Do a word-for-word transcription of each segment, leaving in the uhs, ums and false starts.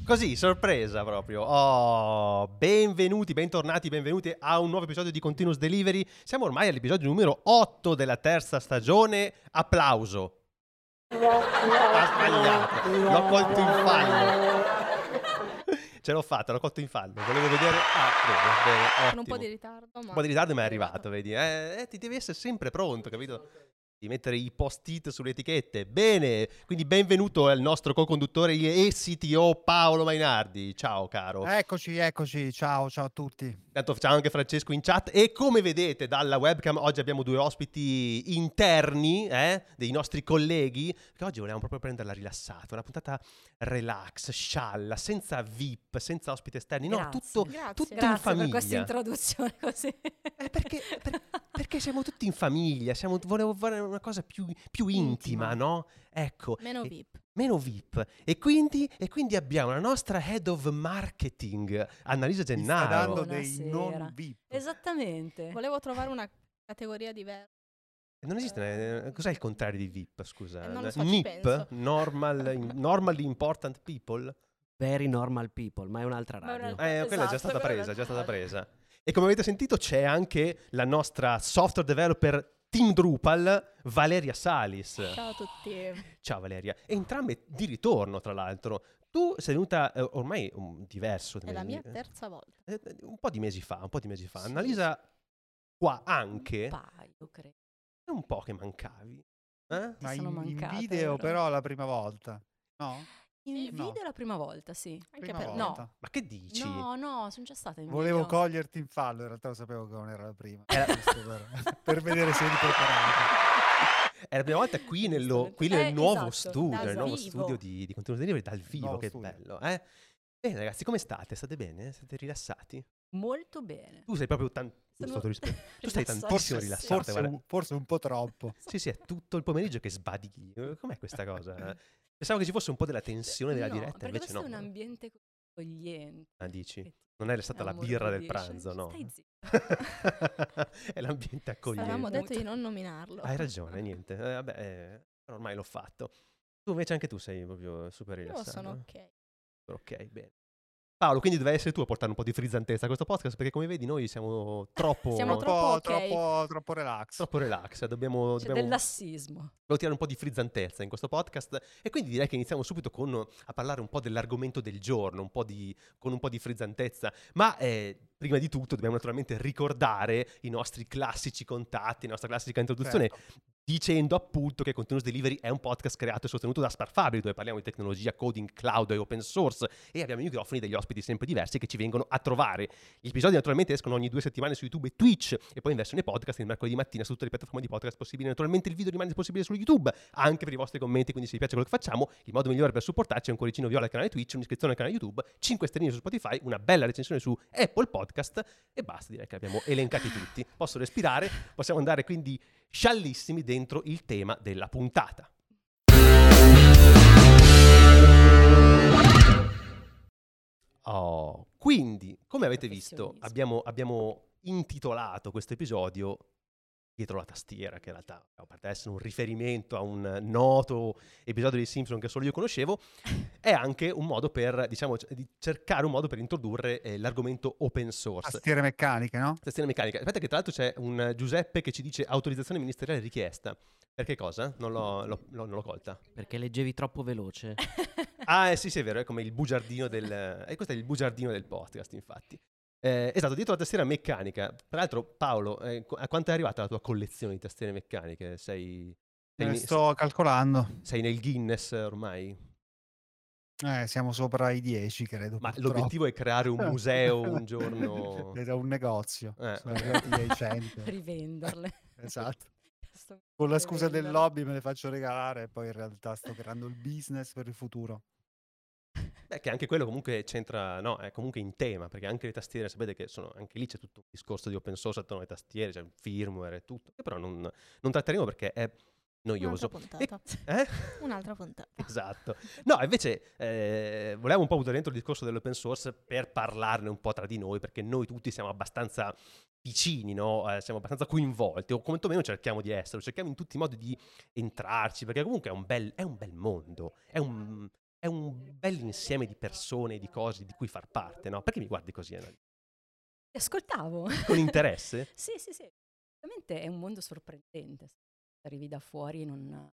Così, sorpresa proprio. Oh, benvenuti, bentornati, benvenuti a un nuovo episodio di Continuous Delivery. Siamo ormai all'episodio numero otto della terza stagione. Applauso. Ha sbagliato. L'ho colto in fallo. Ce l'ho fatta, l'ho colto in fallo. Volevo vedere. Ah, bene, bene, ottimo. Con un po' di ritardo, ma... Un po' di ritardo, ma è arrivato, vedi? Eh, eh, ti devi essere sempre pronto, capito? Di mettere i post-it sulle etichette. Bene, quindi benvenuto al nostro co-conduttore e C T O Paolo Mainardi. Ciao caro. Eccoci, eccoci, ciao, ciao a tutti. Tanto ciao anche Francesco in chat. E come vedete dalla webcam oggi abbiamo due ospiti interni, eh, dei nostri colleghi, che oggi volevamo proprio prenderla rilassata, una puntata relax, scialla, senza V I P, senza ospiti esterni, no, Grazie. tutto, Grazie. tutto in Grazie famiglia. per questa introduzione così. Eh, perché, per- perché siamo tutti in famiglia, siamo, volevo fare una cosa più, più intima, Intima. no? Ecco. Meno E- V I P. Meno V I P. E quindi, e quindi abbiamo la nostra Head of Marketing, Annalisa Mi stai Gennaro. dando dei Buonasera. non V I P. Esattamente. Volevo trovare una categoria diversa. Non esiste, eh, cos'è il contrario di V I P, scusa? Eh, non lo so, ci N I P? penso. Normal, Normally Important People? Very Normal People, ma è un'altra Ma è radio. una- Eh, quella è già Esatto, stata quella è presa, già un'altra stata radio. presa. E come avete sentito c'è anche la nostra software developer Team Drupal, Valeria Salis. Ciao a tutti. Ciao Valeria. Entrambe di ritorno, tra l'altro. Tu sei venuta eh, ormai um, diverso. È la mia eh, terza volta. eh, un po' di mesi fa, un po' di mesi fa. Sì, Annalisa qua anche, Un paio, credo. è un po' che mancavi. Eh? Ma sono in, in mancate, video vero? però la prima volta. No? In Sì, no. video la prima volta, sì. Anche Prima per volta. no. Ma che dici? No, no, sono già stata in Volevo video. coglierti in fallo, in realtà lo sapevo che non era la prima. Eh. Giusto per, per vedere se eri preparato. È la prima volta qui, nello, Giustamente. qui nel Eh, nuovo esatto, studio, dal nel nuovo vivo. studio di, di Continuous Delivery dal vivo, Nuovo che studio. bello, eh? Bene ragazzi, come state? State bene? Siete rilassati? Molto bene. Tu sei proprio tan- Sono tutto rispe- tu sei rilassata. tantissimo Forse, rilassato. forse, guarda. un, forse un po' troppo. Sì, sì, è tutto il pomeriggio che sbadigli. Eh, Com'è questa cosa? eh? Pensavo che ci fosse un po' della tensione della No, diretta, perché invece questo no. è un ambiente accogliente. Ah, dici? che ti Non è stata la birra del ammorbidisce. pranzo, no? Stai zitto. È l'ambiente accogliente. Avevamo Appunto. detto di non nominarlo. Hai ragione, niente. Eh, vabbè, eh, ormai l'ho fatto. Tu invece anche tu sei proprio super Io rilassato. sono eh? ok. Ok, bene. Paolo, quindi deve essere tu a portare un po' di frizzantezza a questo podcast, perché come vedi noi siamo troppo, Siamo Un troppo po' ok. troppo, troppo relax. troppo relax, dobbiamo, C'è dobbiamo, del lassismo. Volevo tirare un po' di frizzantezza in questo podcast e quindi direi che iniziamo subito con, a parlare un po' dell'argomento del giorno, un po' di, con un po' di frizzantezza, ma eh, prima di tutto dobbiamo naturalmente ricordare i nostri classici contatti, la nostra classica introduzione, Certo. dicendo appunto che Continuous Delivery è un podcast creato e sostenuto da Sparfabri, dove parliamo di tecnologia, coding, cloud e open source, e abbiamo i microfoni degli ospiti sempre diversi che ci vengono a trovare. Gli episodi naturalmente escono ogni due settimane su YouTube e Twitch, e poi in versione podcast il mercoledì mattina su tutte le piattaforme di podcast possibili. Naturalmente il video rimane possibile su YouTube, anche per i vostri commenti, quindi se vi piace quello che facciamo, il modo migliore per supportarci è un cuoricino viola al canale Twitch, un'iscrizione al canale YouTube, cinque stelline su Spotify, una bella recensione su Apple Podcast, e basta, direi che abbiamo elencati tutti. Posso respirare, possiamo andare quindi sciallissimi dentro il tema della puntata. Oh, quindi, come avete visto, Professionismo. abbiamo, abbiamo intitolato questo episodio Dietro la tastiera, che in realtà, a parte essere un riferimento a un noto episodio dei Simpson che solo io conoscevo, è anche un modo per, diciamo, c- di cercare un modo per introdurre eh, l'argomento open source. Tastiere meccaniche, no? Tastiera meccanica. Aspetta che tra l'altro c'è un Giuseppe che ci dice autorizzazione ministeriale richiesta. Perché cosa? Non l'ho, l'ho- l'ho- non l'ho colta. Perché leggevi troppo veloce. Ah, eh, sì, sì, è vero, è come il bugiardino del... E questo è il bugiardino del podcast, infatti. Eh, esatto, dietro la tastiera meccanica. Tra l'altro, Paolo, eh, qu- a quanto è arrivata la tua collezione di tastiere meccaniche? Sei, sei, Me ne- ne sto calcolando. sei nel Guinness ormai? Eh, siamo sopra i dieci, credo. Ma purtroppo. l'obiettivo è creare un museo un giorno... È da un negozio. Eh. Sono arrivati ai cento. Rivenderle. Esatto. Sto Con la scusa del rivenderle. lobby me le faccio regalare e poi in realtà sto creando il business per il futuro. Beh, che anche quello comunque c'entra, no, è comunque in tema, perché anche le tastiere, sapete che sono, anche lì c'è tutto un discorso di open source attorno alle tastiere, c'è il firmware e tutto, che però non, non tratteremo perché è noioso. Un'altra E- puntata. eh? Un'altra puntata. Esatto. No, invece eh, volevo un po' buttare dentro il discorso dell'open source per parlarne un po' tra di noi, perché noi tutti siamo abbastanza vicini, no? Eh, siamo abbastanza coinvolti, o quantomeno cerchiamo di essere, cerchiamo in tutti i modi di entrarci, perché comunque è un bel, è un bel mondo, è un, è un bel bell'insieme di persone, di cose di cui far parte, no? Perché mi guardi così, Annalisa? Ti ascoltavo. Con interesse? Sì, sì, sì. Veramente è un mondo sorprendente. Se arrivi da fuori e non hai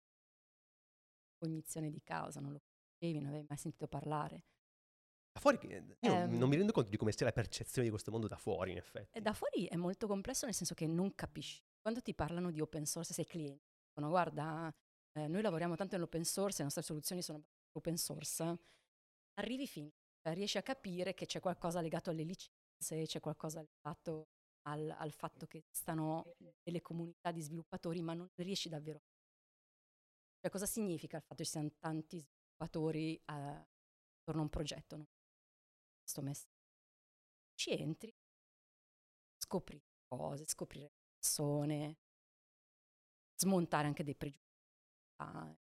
cognizione di causa, non lo conoscevi, non avevi mai sentito parlare. Da fuori, che- io non mi Ehm, rendo conto di come sia la percezione di questo mondo da fuori, in E effetti. da fuori è molto complesso nel senso che non capisci. Quando ti parlano di open source, sei cliente, dicono guarda, eh, noi lavoriamo tanto nell'open source, le nostre soluzioni sono open source, arrivi fin, cioè riesci a capire che c'è qualcosa legato alle licenze, c'è qualcosa legato al, al fatto che esistano delle comunità di sviluppatori, ma non riesci davvero a capire. Cioè cosa significa il fatto che ci siano tanti sviluppatori eh, attorno a un progetto, no? Questo messaggio. Ci entri, scopri cose, scoprire persone, smontare anche dei pregiudizi. Ah,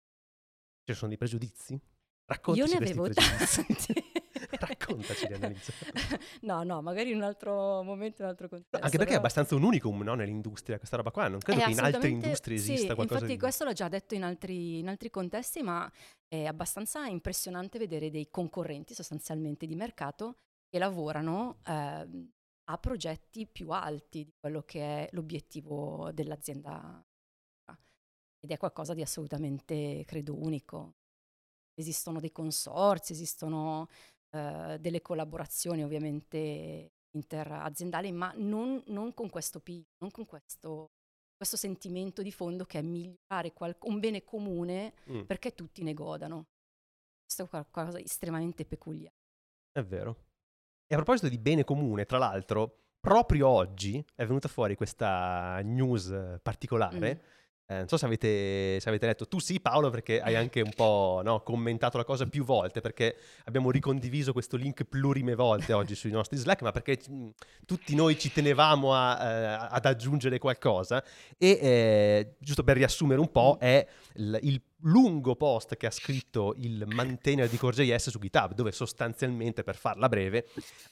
Ci sono dei pregiudizi? io Raccontaci ne questi avevo pregiudizi. tanti. Raccontaci, Annalisa. No, no, magari in un altro momento, in un altro contesto. Anche perché è però- abbastanza un unicum, no, nell'industria, questa roba qua. Non credo È che in altre assolutamente- industrie sì, esista qualcosa infatti di... questo l'ho già detto in altri, in altri contesti, ma è abbastanza impressionante vedere dei concorrenti sostanzialmente di mercato che lavorano ehm, a progetti più alti di quello che è l'obiettivo dell'azienda. Ed è qualcosa di assolutamente, credo, unico. Esistono dei consorzi, esistono eh, delle collaborazioni ovviamente interaziendali, ma non, non con questo P, non con questo, questo sentimento di fondo che è migliorare qual- un bene comune Mm, perché tutti ne godano. Questo è qualcosa di estremamente peculiare. è vero. E a proposito di bene comune, tra l'altro, proprio oggi è venuta fuori questa news eh, particolare. Mm. Eh, non so se avete, se avete letto. Tu sì, Paolo, perché hai anche un po', no, commentato la cosa più volte, perché abbiamo ricondiviso questo link plurime volte oggi sui nostri Slack, ma perché mh, tutti noi ci tenevamo a, eh, ad aggiungere qualcosa. E eh, giusto per riassumere un po', è il, il lungo post che ha scritto il maintainer di Core.js su GitHub, dove sostanzialmente, per farla breve,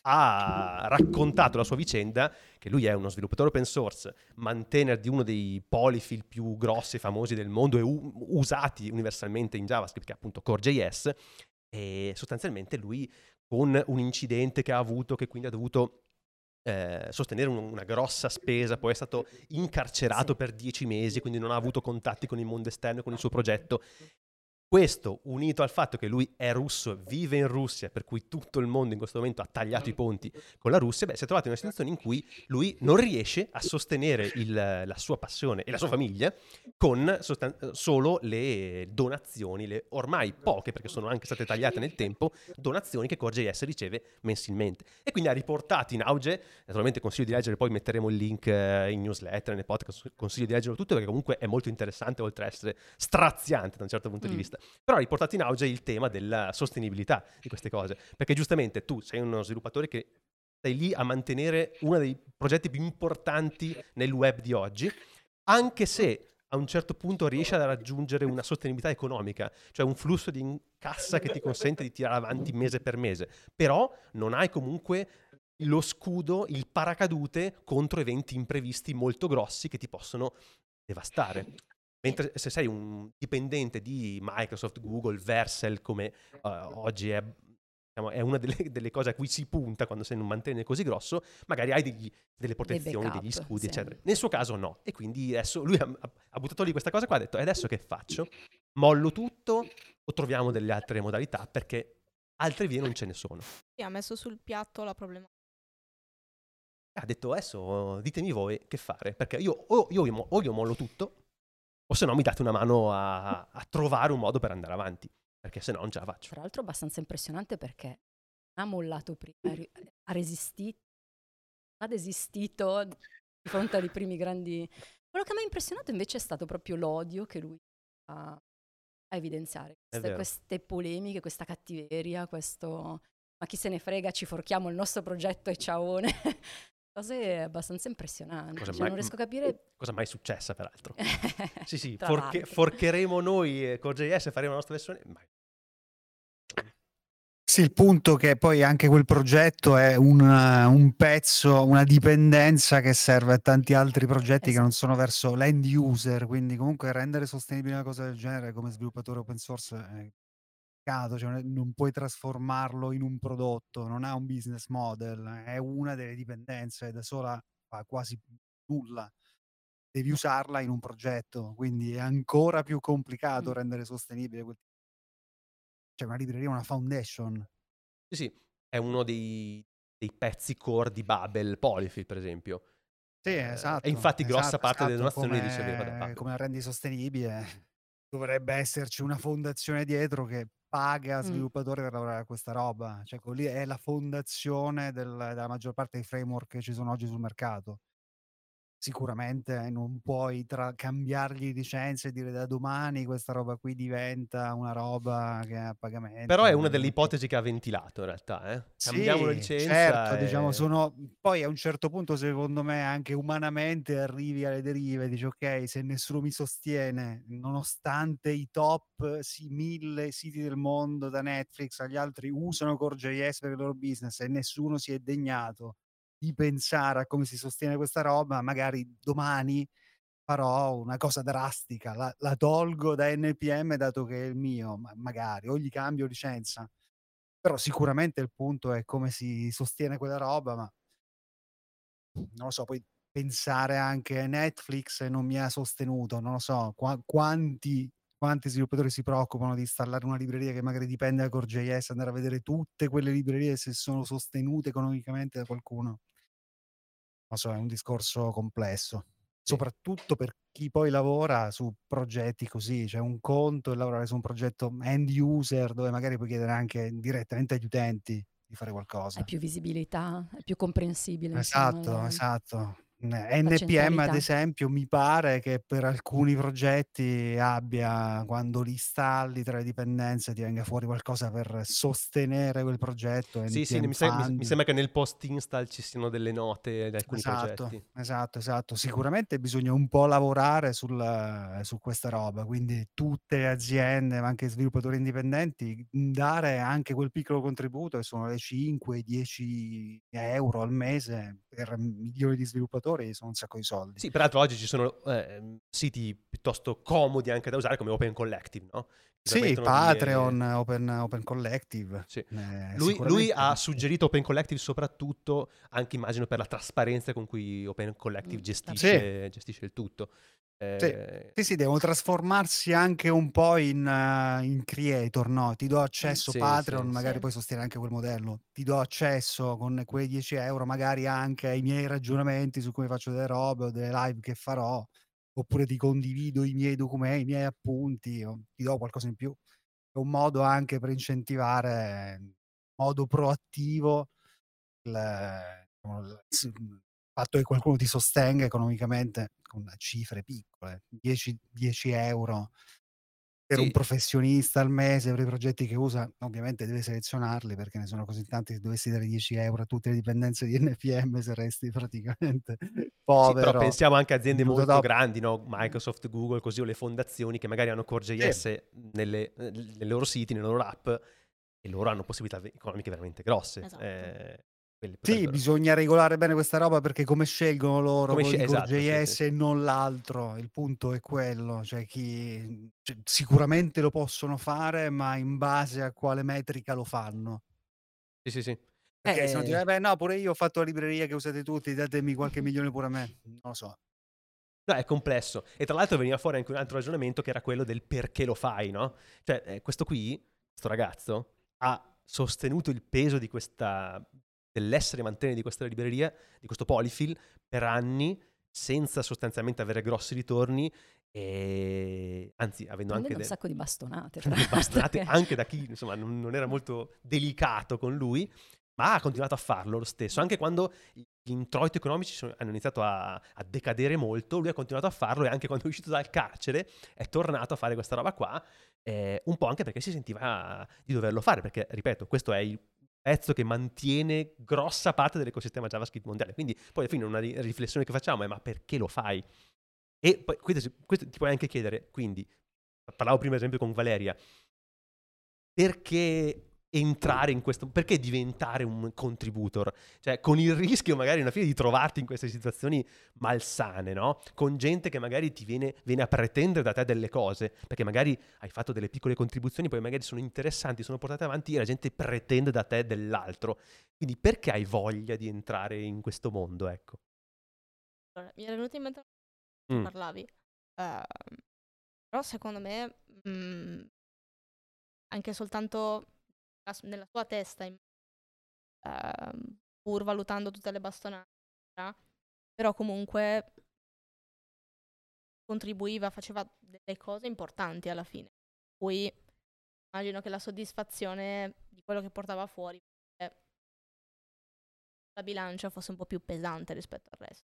ha raccontato la sua vicenda, che lui è uno sviluppatore open source, maintainer di uno dei polyfill più grossi e famosi del mondo e u- usati universalmente in JavaScript, che è appunto Core.js, e sostanzialmente lui con un incidente che ha avuto, che quindi ha dovuto eh, sostenere un- una grossa spesa, poi è stato incarcerato Sì. per dieci mesi, quindi non ha avuto contatti con il mondo esterno e con il suo progetto. Questo, unito al fatto che lui è russo, vive in Russia, per cui tutto il mondo in questo momento ha tagliato i ponti con la Russia, beh, si è trovato in una situazione in cui lui non riesce a sostenere il- la sua passione e la sua famiglia con sostan- solo le donazioni, le ormai poche, perché sono anche state tagliate nel tempo, donazioni che Core.js riceve mensilmente. E quindi ha riportato in auge, naturalmente consiglio di leggere, poi metteremo il link eh, in newsletter, nel podcast, consiglio di leggerlo tutto, perché comunque è molto interessante, oltre a essere straziante da un certo punto di Mm. vista. Però ha riportato in auge il tema della sostenibilità di queste cose, perché giustamente tu sei uno sviluppatore che stai lì a mantenere uno dei progetti più importanti nel web di oggi, anche se a un certo punto riesci a raggiungere una sostenibilità economica, cioè un flusso di cassa che ti consente di tirare avanti mese per mese, però non hai comunque lo scudo, il paracadute contro eventi imprevisti molto grossi che ti possono devastare. Mentre se sei un dipendente di Microsoft, Google, Vercel, come uh, oggi è, diciamo, è una delle, delle cose a cui si punta quando sei in un maintainer così grosso, magari hai degli, delle protezioni, backup, degli scudi, sì. eccetera. Nel suo caso no. E quindi adesso lui ha, ha buttato lì questa cosa qua, ha detto, e adesso che faccio? Mollo tutto o troviamo delle altre modalità? Perché altre vie non ce ne sono. Sì, ha messo sul piatto la problematica. Ha detto, adesso ditemi voi che fare, perché io o io, io, o io mollo tutto, o se no mi date una mano a, a trovare un modo per andare avanti, perché se no non ce la faccio. Tra l'altro abbastanza impressionante perché non ha mollato prima, ha ri- ha resistito, ha desistito di fronte ai primi grandi... Quello che mi ha impressionato invece è stato proprio l'odio che lui ha a evidenziare. Queste, vero. queste polemiche, questa cattiveria, questo... Ma chi se ne frega, ci forchiamo il nostro progetto e ciaone. Cose abbastanza impressionanti. Cosa Cioè, mai- non riesco a capire... Cosa mai successa, peraltro. Sì, sì, Tra forche- l'altro. forcheremo noi eh, con J S e faremo la nostra versione. Mai. Sì, il punto che poi anche quel progetto è un, un pezzo, una dipendenza che serve a tanti altri progetti che non sono verso l'end user, quindi comunque rendere sostenibile una cosa del genere come sviluppatore open source è mercato, cioè non puoi trasformarlo in un prodotto, non ha un business model, è una delle dipendenze, da sola fa quasi nulla. Devi usarla in un progetto, quindi è ancora più complicato Mm. rendere sostenibile quel. Cioè una libreria, una foundation. Sì, sì, è uno dei, dei pezzi core di Babel, Polyfill, per esempio. Sì, Eh, e esatto, infatti grossa esatto, parte delle esatto, donazioni riceveva da come, Babel. come la rendi sostenibile, dovrebbe esserci una fondazione dietro che paga Mm. sviluppatori per lavorare a questa roba, cioè quello lì è la fondazione del- della maggior parte dei framework che ci sono oggi sul mercato. Sicuramente non puoi tra- cambiargli licenze e dire da domani questa roba qui diventa una roba che è a pagamento. Però è una delle Non- ipotesi che ha ventilato in realtà, eh. Cambiamo la Sì, licenza certo, diciamo e... sono poi a un certo punto secondo me anche umanamente arrivi alle derive, dici ok, se nessuno mi sostiene, nonostante i top sì, mille siti del mondo da Netflix agli altri usano Core.js per il loro business e nessuno si è degnato di pensare a come si sostiene questa roba, magari domani farò una cosa drastica, la, la tolgo da N P M dato che è il mio, ma magari, o gli cambio licenza. Però sicuramente il punto è come si sostiene quella roba, ma non lo so, poi pensare anche a Netflix non mi ha sostenuto, non lo so, qua- quanti, quanti sviluppatori si preoccupano di installare una libreria che magari dipende da Core.js, andare a vedere tutte quelle librerie se sono sostenute economicamente da qualcuno. Non lo so, è un discorso complesso. Sì. Soprattutto per chi poi lavora su progetti così, cioè un conto è lavorare su un progetto end user dove magari puoi chiedere anche direttamente agli utenti di fare qualcosa. Hai più visibilità, è più comprensibile, insomma, Esatto, la, esatto. N la N P M ad centralità. esempio mi pare che per alcuni progetti abbia, quando li installi tra le dipendenze, ti venga fuori qualcosa per sostenere quel progetto, Sì, sì, N P M mi, se- mi- mi Fund. sembra che nel post install ci siano delle note di alcuni Esatto, progetti. esatto, esatto. Sicuramente bisogna un po' lavorare sul, su questa roba, quindi tutte le aziende, ma anche sviluppatori indipendenti, dare anche quel piccolo contributo che sono le cinque dieci euro al mese per milioni di sviluppatori, sono un sacco di soldi. Sì, peraltro oggi ci sono eh, siti piuttosto comodi anche da usare come Open Collective, no? Ti Sì, permettono di... Patreon, eh, Open, Open Collective, sì. eh, Lui, lui sicuramente. ha suggerito Open Collective soprattutto, anche immagino per la trasparenza con cui Open Collective Mm, Sì, gestisce, gestisce il tutto. sì, Eh, sì, sì, devono trasformarsi anche un po' in, eh, in creator, no? Ti do accesso sì, sì, Patreon, magari sì. poi sostiene anche quel modello. Ti do accesso con quei dieci euro, magari anche ai miei ragionamenti su come faccio delle robe o delle live che farò, oppure ti condivido i miei documenti, i miei appunti, o ti do qualcosa in più. È un modo anche per incentivare in modo proattivo il, diciamo, il s- il fatto che qualcuno ti sostenga economicamente con cifre piccole, dieci, dieci euro per un sì, professionista al mese per i progetti che usa, ovviamente deve selezionarli perché ne sono così tanti che dovessi dare dieci euro a tutte le dipendenze di N P M saresti praticamente sì, però povero. pensiamo anche a aziende Minuto molto dopo. grandi, no? Microsoft, Google, così, o le fondazioni che magari hanno Sì. Core.js nelle, nei loro siti, nelle loro app, e loro hanno possibilità economiche veramente grosse. Esatto. Eh, quelle Sì, potrebbero... bisogna regolare bene questa roba perché come scelgono loro Come quello sce- di esatto, sì, sì. Core.js e non l'altro, il punto è quello, cioè chi cioè, sicuramente lo possono fare, ma in base a quale metrica lo fanno. Sì, sì, sì. Perché se no ti Eh, eh, beh no, pure io ho fatto la libreria che usate tutti, datemi qualche milione pure a me. Non lo so. no, è complesso. E tra l'altro veniva fuori anche un altro ragionamento che era quello del perché lo fai, no? Cioè, eh, questo qui, questo ragazzo, ha sostenuto il peso di questa, dell'essere mantenere di questa libreria, di questo polyfill, per anni, senza sostanzialmente avere grossi ritorni, e anzi, avendo anche Prendendo un de- sacco di bastonate, tra delle bastonate l'altro. anche da chi, insomma, non, non era molto delicato con lui, ma ha continuato a farlo lo stesso, anche quando gli introiti economici sono- hanno iniziato a, a decadere molto, lui ha continuato a farlo e anche quando è uscito dal carcere è tornato a fare questa roba qua, eh, un po' anche perché si sentiva di doverlo fare, perché, ripeto, questo è il pezzo che mantiene grossa parte dell'ecosistema JavaScript mondiale, quindi poi alla fine una ri- riflessione che facciamo è ma perché lo fai? E poi questo, questo ti puoi anche chiedere, quindi, parlavo prima ad esempio con Valeria, perché entrare in questo, perché diventare un contributor? Cioè, con il rischio magari alla fine di trovarti in queste situazioni malsane, no? Con gente che magari ti viene, viene a pretendere da te delle cose, perché magari hai fatto delle piccole contribuzioni, poi magari sono interessanti, sono portate avanti e la gente pretende da te dell'altro. Quindi perché hai voglia di entrare in questo mondo, ecco? Allora, mi era venuto in mente Mm. che parlavi. Ehm, però secondo me mh, anche soltanto la s- nella tua testa, in- ehm, pur valutando tutte le bastonate, però comunque contribuiva, faceva delle cose importanti alla fine. Poi immagino che la soddisfazione di quello che portava fuori, eh, la bilancia fosse un po' più pesante rispetto al resto.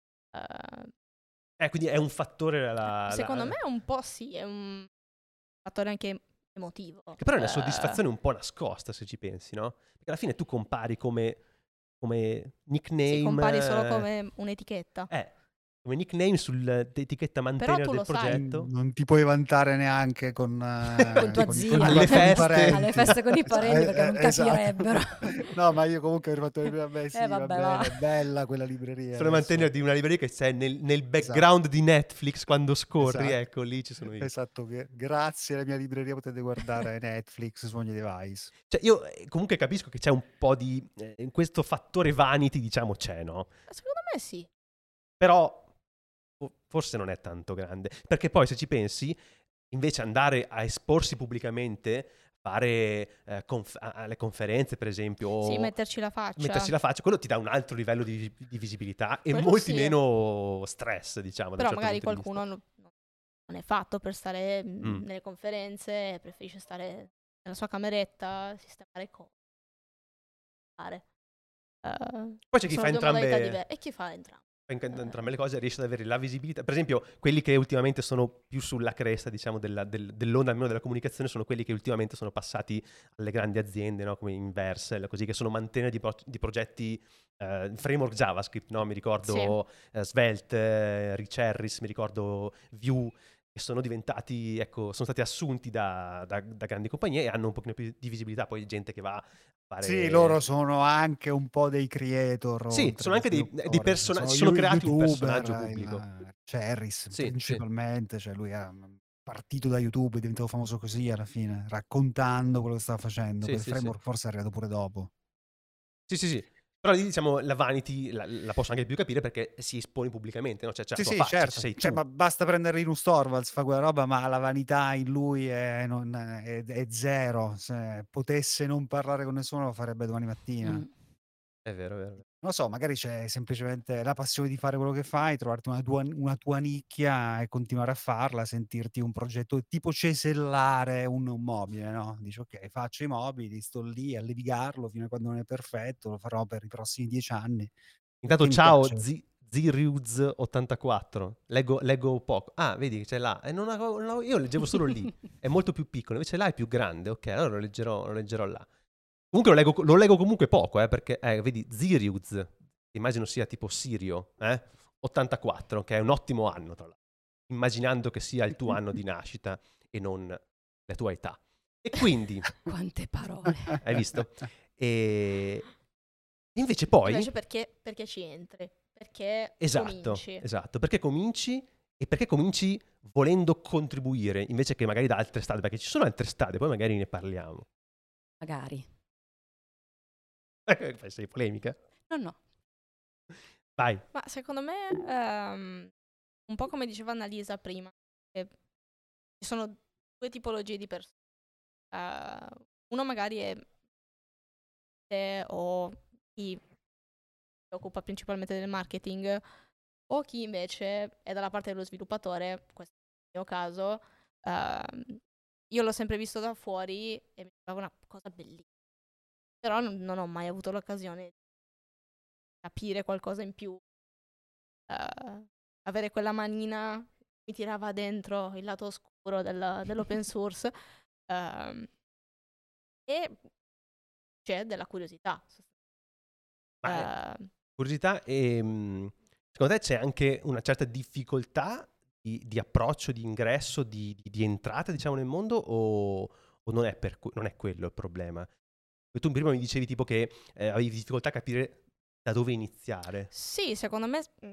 Eh, Eh, quindi è un fattore la, la- secondo me un po' sì, è un fattore anche emotivo. che però è una Eh, soddisfazione un po' nascosta, se ci pensi, no? Perché alla fine tu compari come, come nickname... si compari solo eh, come un'etichetta. Eh, come nickname sull'etichetta maintainer tu del lo sai. progetto. Non ti puoi vantare neanche con, eh, Con tua con- zia. con i Alle tuoi feste. parenti. Alle feste con i parenti, perché non esatto. capirebbero. No, ma io comunque avrei fatto vabbè, sì, Eh, va vabbè, va. bene, è bella quella libreria. Sono adesso. maintainer di una libreria che c'è nel, nel background di Netflix quando scorri, Esatto. ecco, lì ci sono io. Esatto, che grazie alla mia libreria potete guardare Netflix su ogni device. Cioè, io eh, comunque capisco che c'è un po' di... Eh, questo fattore vanity, diciamo, c'è, no? Secondo me sì. Però fo- forse non è tanto grande. Perché poi, se ci pensi, invece andare a esporsi pubblicamente, fare eh, conf- a- alle conferenze, per esempio, o Sì, metterci la faccia. metterci la faccia, quello ti dà un altro livello di, di visibilità e Quello molti sì. meno stress, diciamo. da Però un certo magari punto di qualcuno vista. non, non è fatto per stare mm, Mm. nelle conferenze, preferisce stare nella sua cameretta, sistemare cose. Fare. Eh, Poi c'è chi sono fa due modalità entrambe, diverse. E chi fa entrambe? fa in- entrambe le cose, riesce ad avere la visibilità. Per esempio, quelli che ultimamente sono più sulla cresta, diciamo, della, del- dell'onda almeno della comunicazione, sono quelli che ultimamente sono passati alle grandi aziende, no? Come Inversel, così, che sono mantenere di, pro- di progetti eh, framework JavaScript, no? Mi ricordo eh, Svelte, eh, Rich Harris, mi ricordo Vue, che sono diventati, ecco, sono stati assunti da, da- da grandi compagnie e hanno un pochino più di visibilità. Poi gente che va a fare... Sì, loro sono anche un po' dei creator. Sì, oltre sono che anche dei, sviluppatori. dei personaggi, Sono sono yu- creati un youtuber, personaggio il- pubblico. C'è Harris Sì, sì. principalmente, cioè lui è partito da YouTube, è diventato famoso così alla fine, raccontando quello che stava facendo. Sì, Quel sì, framework forse è arrivato pure dopo. Sì, sì, sì. Però lì, diciamo, la vanity la, la posso anche più capire perché si espone pubblicamente, no? Cioè, c'è Sì, la tua sì, faccia, certo. ci sei Cioè, tu. ma basta prendere Linus Torvalds, fa quella roba, ma la vanità in lui è, non- è- è zero. Se potesse non parlare con nessuno lo farebbe domani mattina. Mm. È vero, è vero. Non lo so, magari c'è semplicemente la passione di fare quello che fai, trovarti una tua, una tua nicchia e continuare a farla, sentirti un progetto tipo cesellare un, un mobile, no? Dici ok, faccio i mobili, sto lì a levigarlo fino a quando non è perfetto, lo farò per i prossimi dieci anni. Intanto, Perché mi ciao, piace. Z- Ziriuz ottantaquattro. Leggo, leggo poco. Ah, vedi, c'è là. E non avevo- non avevo- io leggevo solo lì. È molto più piccolo. Invece là è più grande. Ok, allora lo leggerò, lo leggerò là. Comunque lo leggo, lo leggo comunque poco, eh, perché, eh, vedi, Ziriuz, immagino sia tipo Sirio, eh? ottantaquattro, che è un ottimo anno, tra l'altro. Immaginando che sia il tuo anno di nascita e non la tua età. E quindi, Quante parole. hai visto? E invece poi... Invece perché, perché ci entri? Perché Esatto, cominci? esatto, perché cominci e perché cominci volendo contribuire invece che magari da altre strade, perché ci sono altre strade, poi magari ne parliamo. Magari. Sei polemica? No, no. Vai. Ma secondo me, ehm, un po' come diceva Annalisa prima, che ci sono due tipologie di persone. Eh, uno magari è te o chi si occupa principalmente del marketing, o chi invece è dalla parte dello sviluppatore, questo è il mio caso. Ehm, io l'ho sempre visto da fuori e mi sembrava una cosa bellissima. Però non, non ho mai avuto l'occasione di capire qualcosa in più. Eh, avere quella manina mi tirava dentro il lato oscuro del- dell'open source. ehm, e c'è della curiosità. Ma, Eh, curiosità e mh, secondo te c'è anche una certa difficoltà di, di approccio, di ingresso, di, di- di entrata, diciamo, nel mondo o, O non è, per, non è quello il problema? E tu prima mi dicevi tipo che eh, avevi difficoltà a capire da dove iniziare. Sì, secondo me mm,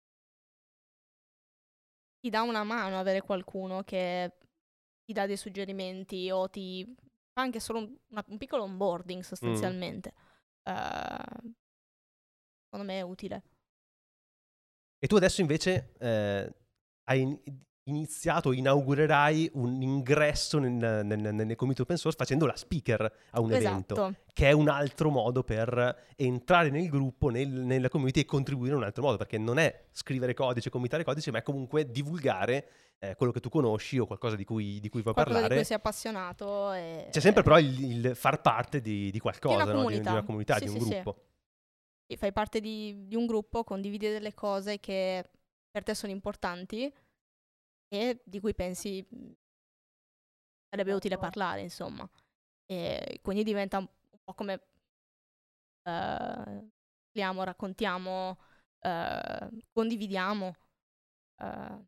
ti dà una mano avere qualcuno che ti dà dei suggerimenti o ti fa anche solo un, una- un piccolo onboarding sostanzialmente. Eh, secondo me è utile. E tu adesso invece eh, hai in- iniziato, inaugurerai un ingresso nel, nel, nelle community open source facendo la speaker a un evento, Esatto. che è un altro modo per entrare nel gruppo, nel- nella community e contribuire in un altro modo, perché non è scrivere codice, committare codice, ma è comunque divulgare eh, quello che tu conosci o qualcosa di cui, di cui vuoi Qualcosa di parlare. cui sei appassionato. E... C'è sempre però il, il far parte di, di qualcosa, una no? di, di comunità. una comunità, Sì, di un sì, sì. gruppo. Sì, fai parte di, di un gruppo, condividi delle cose che per te sono importanti e di cui pensi mh, sarebbe utile parlare, insomma. E quindi diventa un un po' come eh, parliamo, raccontiamo, eh, condividiamo. eh,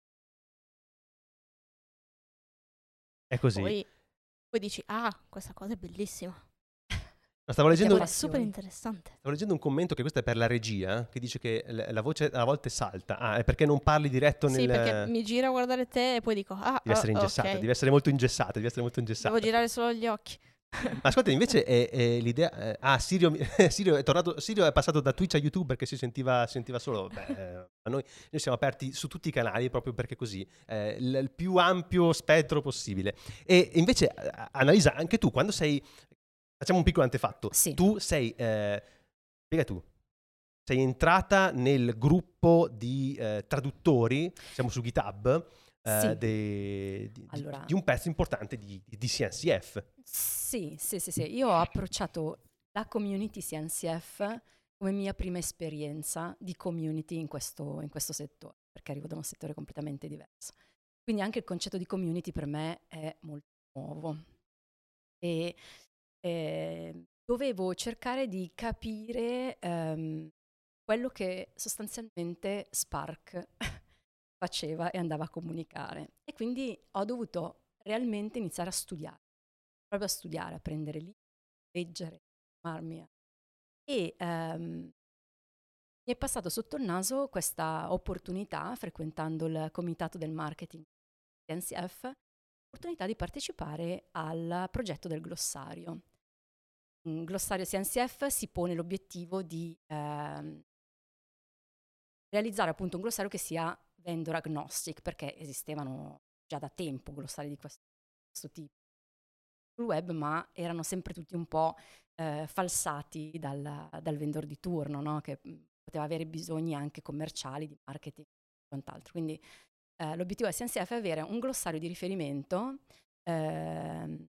È così. poi, poi dici, ah, questa cosa è bellissima. Ma stavo leggendo, Perché È passioni. super interessante. stavo leggendo un commento che questo è per la regia, che dice che l- la voce a volte salta. Ah, è perché non parli diretto nel... Sì, perché mi gira a guardare te e poi dico, ah, Devi essere oh, ingessata, ok. devi essere molto ingessata, devi essere molto ingessata. Devo girare solo gli occhi. Ma ascolta, invece è, è l'idea... eh, ah, Sirio, mi- Sirio è tornato... Sirio è passato da Twitch a YouTube perché si sentiva, si sentiva solo... Beh, eh, a noi, noi siamo aperti su tutti i canali proprio perché così, eh, il, il più ampio spettro possibile. E invece, eh, Annalisa, anche tu, quando sei... Facciamo un piccolo antefatto. Sì. Tu sei... Eh, spiega tu. Sei entrata nel gruppo di eh, traduttori, siamo su GitHub, eh, Sì. de- di, Allora- di un pezzo importante di, di C N C F. Sì, sì, sì, sì. Io ho approcciato la community C N C F come mia prima esperienza di community in questo, in questo settore, perché arrivo da un settore completamente diverso. Quindi anche il concetto di community per me è molto nuovo. E eh, dovevo cercare di capire ehm, quello che sostanzialmente Spark faceva e andava a comunicare. E quindi ho dovuto realmente iniziare a studiare, proprio a studiare, a prendere libri, leggere, informarmi. E ehm, mi è passato sotto il naso questa opportunità, frequentando il comitato del marketing di N C F, l'opportunità di partecipare al progetto del glossario. Un glossario C N C F si pone l'obiettivo di ehm, realizzare appunto un glossario che sia vendor agnostic, perché esistevano già da tempo glossari di questo, questo tipo sul web, ma erano sempre tutti un po' eh, falsati dal, dal vendor di turno, no? Che mh, poteva avere bisogni anche commerciali, di marketing e quant'altro. Quindi eh, l'obiettivo del C N C F è avere un glossario di riferimento ehm,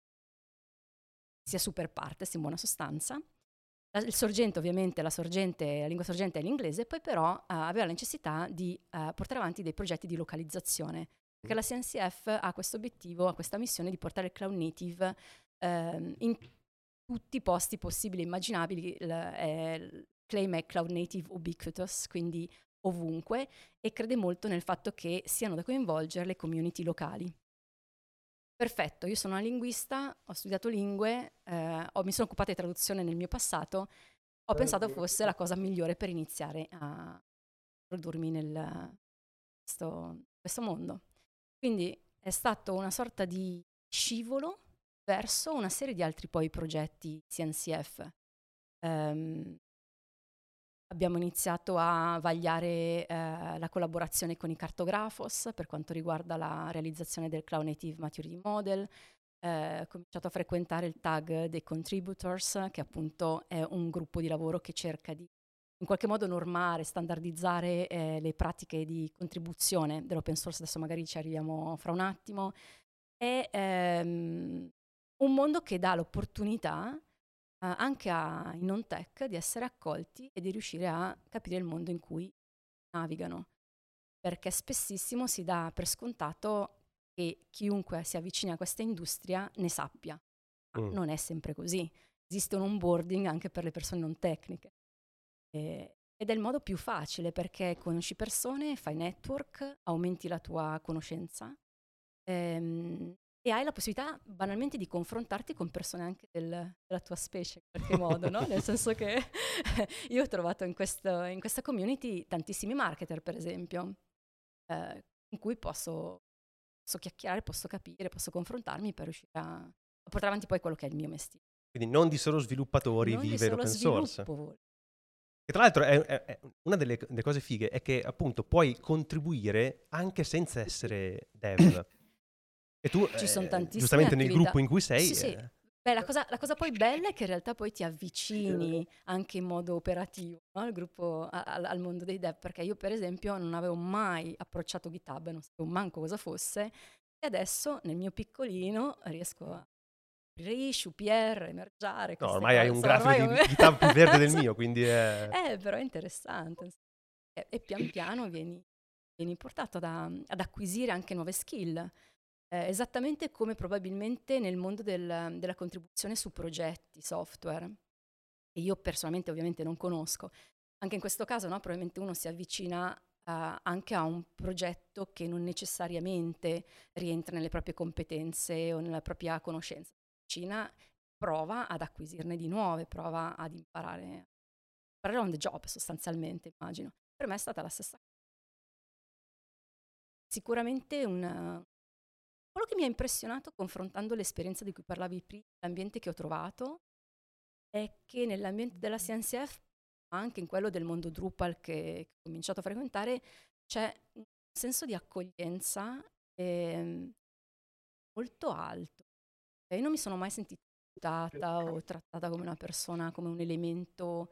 sia super partes in buona sostanza. La- Il sorgente ovviamente, la sorgente, la lingua sorgente è l'inglese, poi però eh, aveva la necessità di eh, portare avanti dei progetti di localizzazione, perché la C N C F ha questo obiettivo, ha questa missione di portare il cloud native ehm, in tutti i posti possibili e immaginabili. Il, è- il claim è cloud native ubiquitous, quindi ovunque, e crede molto nel fatto che siano da coinvolgere le community locali. Perfetto, io sono una linguista, ho studiato lingue, eh, ho- mi sono occupata di traduzione nel mio passato, ho pensato fosse la cosa migliore per iniziare a produrmi nel questo, questo mondo. Quindi è stato una sorta di scivolo verso una serie di altri poi progetti C N C F. Ehm, Abbiamo iniziato a vagliare eh, la collaborazione con i Cartografos per quanto riguarda la realizzazione del Cloud Native Maturity Model. Eh, ho cominciato a frequentare il tag dei contributors, che appunto è un gruppo di lavoro che cerca di in qualche modo normare, standardizzare eh, le pratiche di contribuzione dell'open source. Adesso magari ci arriviamo fra un attimo. È ehm, un mondo che dà l'opportunità eh, anche ai non tech di essere accolti e di riuscire a capire il mondo in cui navigano, perché spessissimo si dà per scontato che chiunque si avvicini a questa industria ne sappia, ma Mm. non è sempre così. Esiste un onboarding anche per le persone non tecniche. Eh, ed è il modo più facile perché conosci persone, fai network, aumenti la tua conoscenza, ehm, e hai la possibilità banalmente di confrontarti con persone anche del- della tua specie in qualche modo, no? Nel senso che io ho trovato in, questo- in questa community tantissimi marketer, per esempio, eh, in cui posso, posso chiacchierare, posso capire, posso confrontarmi per riuscire a, a portare avanti poi quello che è il mio mestiere. Quindi non di solo sviluppatori Non di vive solo l'open source. sviluppo. E tra l'altro è, è- è una delle, delle cose fighe è che appunto puoi contribuire anche senza essere dev. E tu, Ci sono eh, tantissime giustamente nel attività. gruppo in cui sei, Sì, sì. eh, Beh, la cosa, la cosa poi bella è che in realtà poi ti avvicini anche in modo operativo, no? Al gruppo, a- al, al mondo dei dev, perché io per esempio non avevo mai approcciato GitHub, non sapevo manco cosa fosse, e adesso nel mio piccolino riesco a aprire issue, P R, mergiare, no, queste ormai hai cose. un Insomma, grafico ormai- di GitHub più verde del Esatto. mio, quindi è... Eh, però è interessante. insomma. E, e pian piano vieni, vieni portato ad, ad acquisire anche nuove skill. Eh, esattamente come probabilmente nel mondo del- della contribuzione su progetti software, che io personalmente ovviamente non conosco. Anche in questo caso, no, probabilmente uno si avvicina eh, anche a un progetto che non necessariamente rientra nelle proprie competenze o nella propria conoscenza. Si avvicina, prova ad acquisirne di nuove, prova ad imparare, imparare on the job sostanzialmente, immagino. Per me è stata la stessa cosa. Sicuramente un... Quello che mi ha impressionato confrontando l'esperienza di cui parlavi prima, l'ambiente che ho trovato, è che nell'ambiente della C N C F, ma anche in quello del mondo Drupal che, che ho cominciato a frequentare, c'è un senso di accoglienza ehm, molto alto. E io non mi sono mai sentita aiutata o trattata come una persona, come un elemento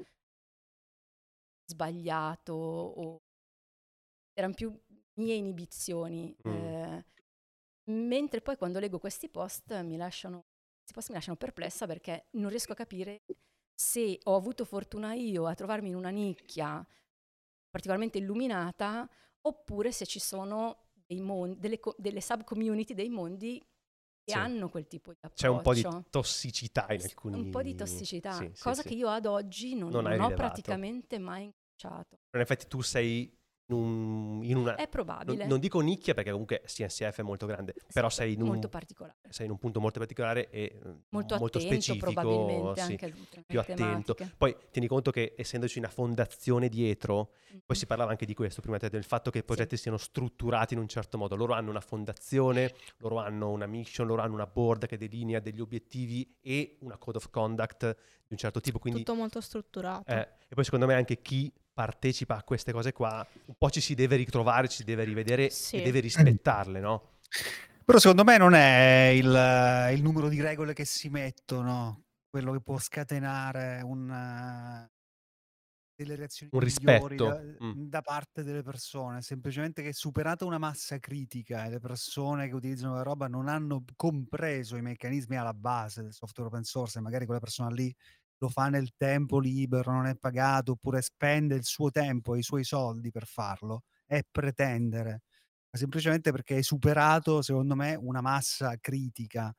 sbagliato, o erano più mie inibizioni. Mm. eh, Mentre poi quando leggo questi post mi lasciano, questi post mi lasciano perplessa perché non riesco a capire se ho avuto fortuna io a trovarmi in una nicchia particolarmente illuminata oppure se ci sono dei mon- delle, co- delle sub-community, dei mondi che Sì. hanno quel tipo di approccio. C'è un po' di tossicità in S- alcuni... Un po' di tossicità, Sì, sì, cosa sì. che io ad oggi non, Non hai non ho rilevato. praticamente mai incrociato. In effetti tu sei in, un- in una... È non, probabile. non dico nicchia perché comunque C N C F è molto grande, però Sì, sei in un, molto particolare. sei in un punto molto particolare e eh, Molto attento specifico, probabilmente sì, anche alle più attento. tematiche. Poi tieni conto che essendoci una fondazione dietro, Mhm. poi si parlava anche di questo prima, te, del fatto che i progetti siano strutturati in un certo modo. Loro hanno una fondazione, loro hanno una mission, loro hanno una board che delinea degli obiettivi e una code of conduct di un certo tipo. Quindi, Tutto molto strutturato. eh, e poi secondo me anche chi partecipa a queste cose qua un po' ci si deve ritrovare, ci si deve rivedere Sì. e deve rispettarle, no? Però secondo me non è il, il numero di regole che si mettono quello che può scatenare un, eh, delle reazioni Un migliori rispetto. da, Mm. da parte delle persone, semplicemente che superata una massa critica e le persone che utilizzano la roba non hanno compreso i meccanismi alla base del software open source e magari quella persona lì lo fa nel tempo libero, non è pagato, oppure spende il suo tempo e i suoi soldi per farlo, è pretendere, ma semplicemente perché hai superato, secondo me, una massa critica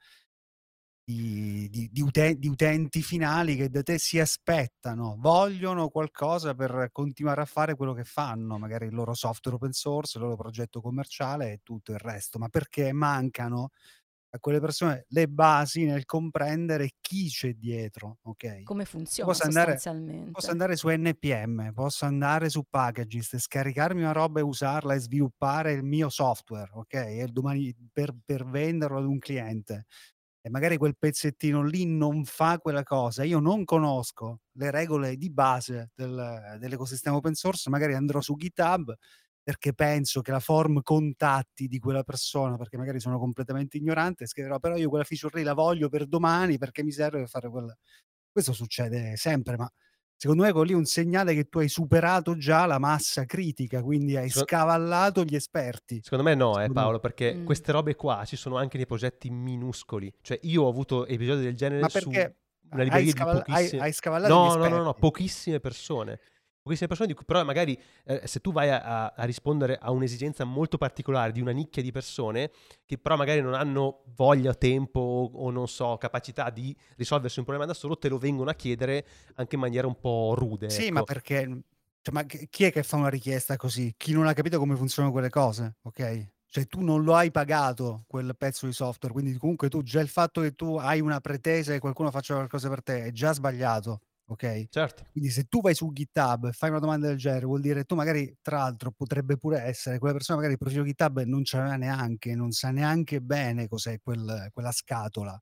di, di- di uten- di utenti finali che da te si aspettano, vogliono qualcosa per continuare a fare quello che fanno, magari il loro software open source, il loro progetto commerciale e tutto il resto, ma perché mancano a quelle persone le basi nel comprendere chi c'è dietro, ok? Come Io funziona posso andare, sostanzialmente. posso andare su N P M, posso andare su Packagist, scaricarmi una roba e usarla e sviluppare il mio software, ok? E domani per, per venderlo ad un cliente. E magari quel pezzettino lì non fa quella cosa. Io non conosco le regole di base del- dell'ecosistema open source, magari andrò su GitHub perché penso che la form contatti di quella persona, perché magari sono completamente ignorante, e scriverò però io quella feature lì la voglio per domani perché mi serve per fare quella. Questo succede sempre, ma secondo me quello lì è un segnale che tu hai superato già la massa critica, quindi hai Secondo- scavallato gli esperti. Secondo me no, eh, Secondo me. Paolo, perché Mm. queste robe qua ci sono anche nei progetti minuscoli. Cioè, io ho avuto episodi del genere Ma su perché una hai, libreria di scaval- hai, pochissime... hai scavallato gli No, no, esperti? no, no, pochissime persone. Pochissime persone di cui però magari eh, se tu vai a, a- a rispondere a un'esigenza molto particolare di una nicchia di persone che però magari non hanno voglia, tempo o, o non so, capacità di risolversi un problema da solo, te lo vengono a chiedere anche in maniera un po' rude. Sì, ecco. ma perché cioè, ma chi chi è che fa una richiesta così? Chi non ha capito come funzionano quelle cose, ok? Cioè tu non lo hai pagato quel pezzo di software, quindi comunque tu già il fatto che tu hai una pretesa che qualcuno faccia qualcosa per te è già sbagliato, ok? Certo. Quindi se tu vai su GitHub e fai una domanda del genere, vuol dire tu magari, tra l'altro, potrebbe pure essere quella persona magari il profilo GitHub non c'aveva neanche, non sa neanche bene cos'è quel, quella scatola.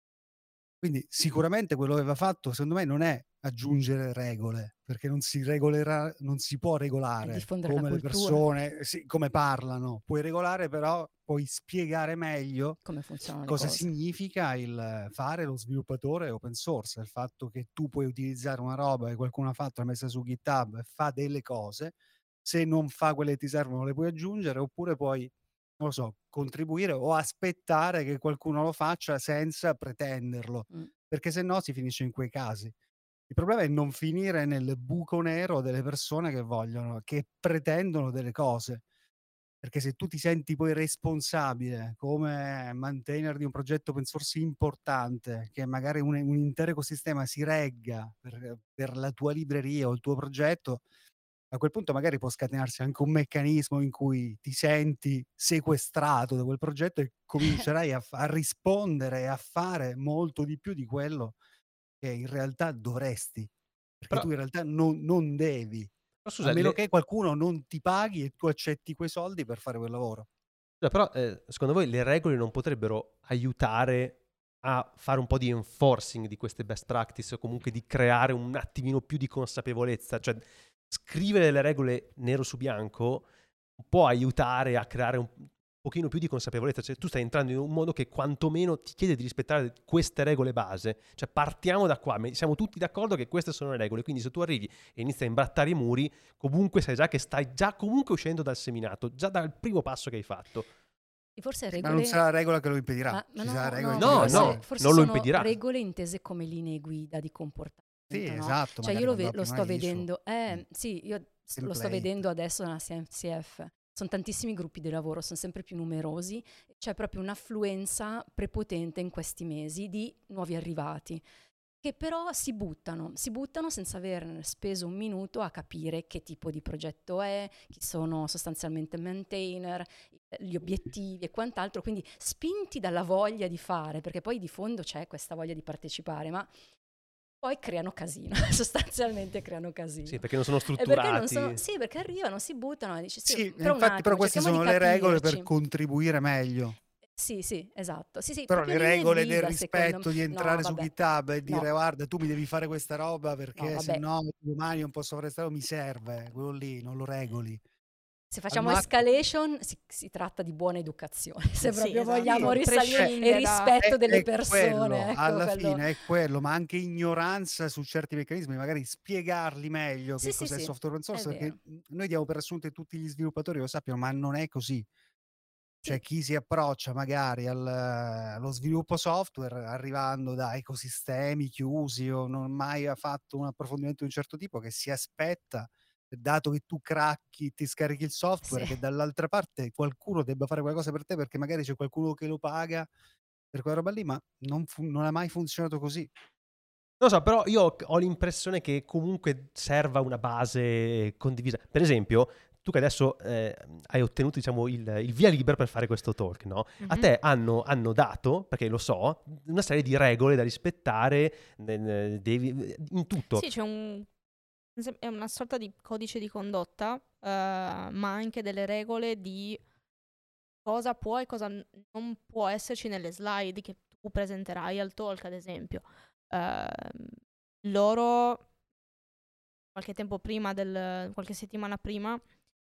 Quindi sicuramente quello che aveva fatto, secondo me, non è aggiungere regole, perché non si regolerà, non si può È regolare diffondere la come le cultura, persone, sì, come parlano. Puoi regolare, però puoi spiegare meglio come funzionano le cosa cose. significa il fare lo sviluppatore open source, il fatto che tu puoi utilizzare una roba che qualcuno ha fatto, l'ha messa su GitHub e fa delle cose, se non fa quelle che ti servono le puoi aggiungere, oppure puoi, non lo so, contribuire o aspettare che qualcuno lo faccia senza pretenderlo, Mm. perché se no si finisce in quei casi. Il problema è non finire nel buco nero delle persone che vogliono, che pretendono delle cose. Perché se tu ti senti poi responsabile come maintainer di un progetto open source importante, che magari un, un intero ecosistema si regga per, per la tua libreria o il tuo progetto, a quel punto magari può scatenarsi anche un meccanismo in cui ti senti sequestrato da quel progetto e comincerai a, fa- a rispondere e a fare molto di più di quello che in realtà dovresti, perché Però, tu in realtà non, non devi. però A scusa, meno le- che qualcuno non ti paghi e tu accetti quei soldi per fare quel lavoro. scusa, però eh, secondo voi le regole non potrebbero aiutare a fare un po' di enforcing di queste best practice o comunque di creare un attimino più di consapevolezza? Cioè, scrivere le regole nero su bianco può aiutare a creare un pochino più di consapevolezza. Cioè, tu stai entrando in un mondo che quantomeno ti chiede di rispettare queste regole base. Cioè, partiamo da qua. Siamo tutti d'accordo che queste sono le regole. Quindi se tu arrivi e inizi a imbrattare i muri, comunque sai già che stai già comunque uscendo dal seminato, già dal primo passo che hai fatto. E forse Sì, ma non sarà regole... la regola che lo impedirà. Ma, ma Ci sarà no, regola no, che ma ti No, diranno forse, no. no, forse non lo sono impedirà. regole intese come linee guida di comportamento, Sì, no? esatto, Cioè magari io lo, quando ve- apri lo una sto issue, vedendo, mm, eh, sì, io s- lo sto template. vedendo adesso nella C M C F. Sono tantissimi gruppi di lavoro, sono sempre più numerosi, c'è proprio un'affluenza prepotente in questi mesi di nuovi arrivati, che però si buttano, si buttano senza aver speso un minuto a capire che tipo di progetto è, chi sono sostanzialmente maintainer, gli obiettivi e quant'altro, quindi spinti dalla voglia di fare, perché poi di fondo c'è questa voglia di partecipare, ma poi creano casino, sostanzialmente creano Sì, casino. perché non sono E perché non sono, strutturati. sì, perché arrivano, si buttano e dici sì, Sì, però un infatti, però attimo, queste cerchiamo sono di le regole per capirci. contribuire meglio. Sì, sì, esatto. Sì, sì, Però proprio le linee regole del guida, secondo me. rispetto di No, entrare su vabbè, GitHub e dire no, guarda, tu mi devi fare questa roba no, perché se vabbè. no domani non posso fare questa roba, mi serve. Quello lì non lo regoli. Se Al facciamo massimo, escalation, si, si tratta di buona educazione, se Sì, proprio esatto, vogliamo sì, a risalire, eh, e il prescindere da... rispetto è, delle è quello, persone, ecco, alla quello. fine è quello, ma anche ignoranza su certi meccanismi, magari spiegarli meglio Sì, che sì, cos'è il sì, software open è source, perché vero. noi diamo per assunto che tutti gli sviluppatori lo sappiano, ma non è così. Cioè Sì, chi si approccia magari al- allo sviluppo software arrivando da ecosistemi chiusi o non mai ha fatto un approfondimento di un certo tipo, che si aspetta, dato che tu cracchi, ti scarichi il software, sì. che dall'altra parte qualcuno debba fare qualcosa per te perché magari c'è qualcuno che lo paga per quella roba lì, ma non, fu- non ha mai funzionato così. Non so, però io ho ho l'impressione che comunque serva una base condivisa. Per esempio, tu che adesso eh, hai ottenuto, diciamo, il, il via libera per fare questo talk, no? A Mhm. te hanno, hanno dato, perché lo so, una serie di regole da rispettare nel- devi- in tutto. Sì, c'è un... è una sorta di codice di condotta, eh, ma anche delle regole di cosa può e cosa n- non può esserci nelle slide che tu presenterai al talk, ad esempio. Ehm, loro, qualche tempo prima del... qualche settimana prima,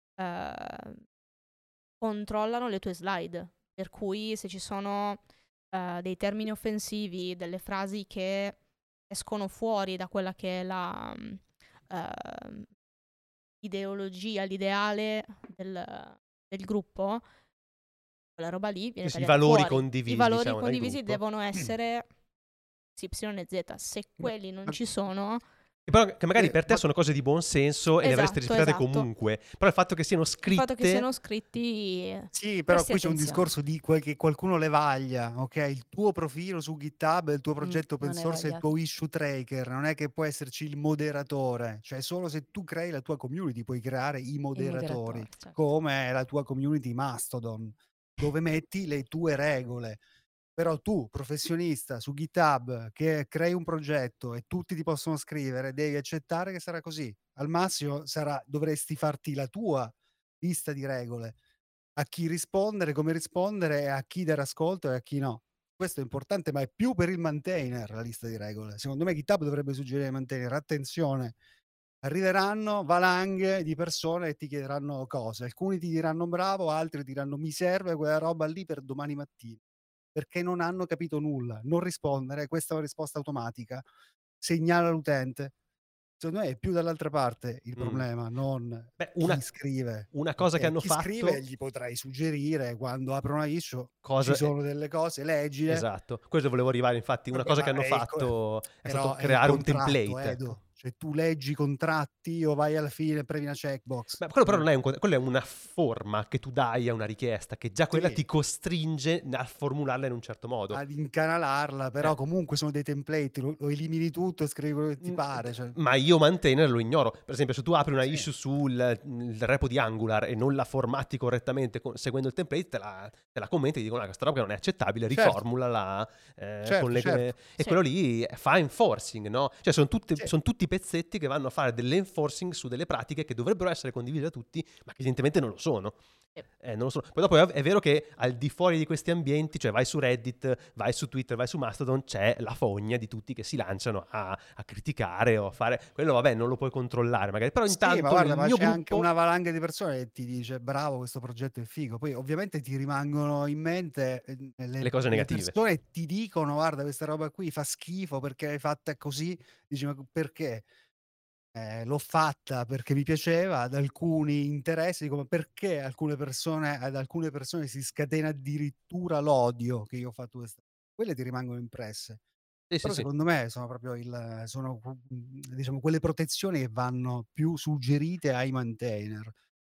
eh, controllano le tue slide, per cui se ci sono eh, dei termini offensivi, delle frasi che escono fuori da quella che è la mm, ehm, ideologia, l'ideale del, del gruppo, quella roba lì viene Sì, sì, i tagliata valori fuori. I condivisi, valori diciamo, dal condivisi gruppo. devono essere X, Y e Z. Se Beh, quelli non ma- ci sono, Che però che magari eh, per te ma- sono cose di buon senso e le avreste esatto, rispettate esatto. comunque. Però il fatto che siano Il fatto che scritte... siano scritti, Sì, però Presti qui c'è un attenzione. discorso di quel che qualcuno le vaglia, ok? Il tuo profilo su GitHub, il tuo Mm, progetto open non è source è il vagliato. tuo issue tracker, non è che può esserci il moderatore, cioè solo se tu crei la tua community puoi creare i Il moderatori, moderatore, certo. come è la tua community Mastodon. dove metti le tue regole. Però tu, professionista, su GitHub, che crei un progetto e tutti ti possono scrivere, devi accettare che sarà così. Al massimo sarà, dovresti farti la tua lista di regole, a chi rispondere, come rispondere, a chi dare ascolto e a chi no. Questo è importante, ma è più per il maintainer la lista di regole. Secondo me GitHub dovrebbe suggerire ai maintainer, attenzione, arriveranno valanghe di persone che ti chiederanno cose. Alcuni ti diranno bravo, altri ti diranno mi serve quella roba lì per domani mattina, perché non hanno capito nulla. Non rispondere, questa è una risposta automatica, segnala l'utente. Secondo me è più dall'altra parte il Mm. problema, non Beh, chi una, scrive. una cosa che Ok, hanno chi fatto... scrive gli potrai suggerire quando apro una issue, Cosa- ci sono delle cose, leggile. Esatto, questo volevo arrivare, infatti, una Vabbè, cosa che ma hanno è il co- fatto è però stato è il creare un contratto, template. Edo. ecco. Cioè tu leggi i contratti o vai alla fine previ una checkbox. Beh, quello però non è un, quello è una forma che tu dai a una richiesta, che già quella Sì. ti costringe a formularla in un certo modo. Ad incanalarla, però Eh. comunque sono dei template, lo, lo elimini tutto e scrivi quello che ti Mm, pare. Cioè. Ma io maintainer lo ignoro. Per esempio, se tu apri una Sì. issue sul il repo di Angular e non la formatti correttamente con- seguendo il template, te la, te la commenti e dicono: "Ah, questa roba non è accettabile, Certo. riformulala eh, Certo, con le, certo. E Sì. quello lì fa enforcing, no? Cioè, sono, tutte- Sì. sono tutti pezzetti che vanno a fare dell'enforcing su delle pratiche che dovrebbero essere condivise da tutti, ma che evidentemente non lo sono. Sì. Eh, non lo so. Poi dopo è, è vero che al di fuori di questi ambienti, cioè vai su Reddit, vai su Twitter, vai su Mastodon, c'è la fogna di tutti che si lanciano a, a criticare o a fare... Quello vabbè non lo puoi controllare magari, però Sì, intanto ma guarda, nel ma mio c'è gruppo... anche una valanga di persone che ti dice bravo, questo progetto è figo. Poi ovviamente ti rimangono in mente eh, le, Le cose le negative. persone ti dicono guarda questa roba qui fa schifo perché l'hai fatta così. Dici ma perché? Eh, l'ho fatta perché mi piaceva, ad alcuni interessi, dico ma perché alcune persone, ad alcune persone si scatena addirittura l'odio che io ho fatto questa. Quelle ti rimangono impresse. Sì, sì, Però sì. secondo me sono proprio il, sono diciamo quelle protezioni che vanno più suggerite ai maintainer.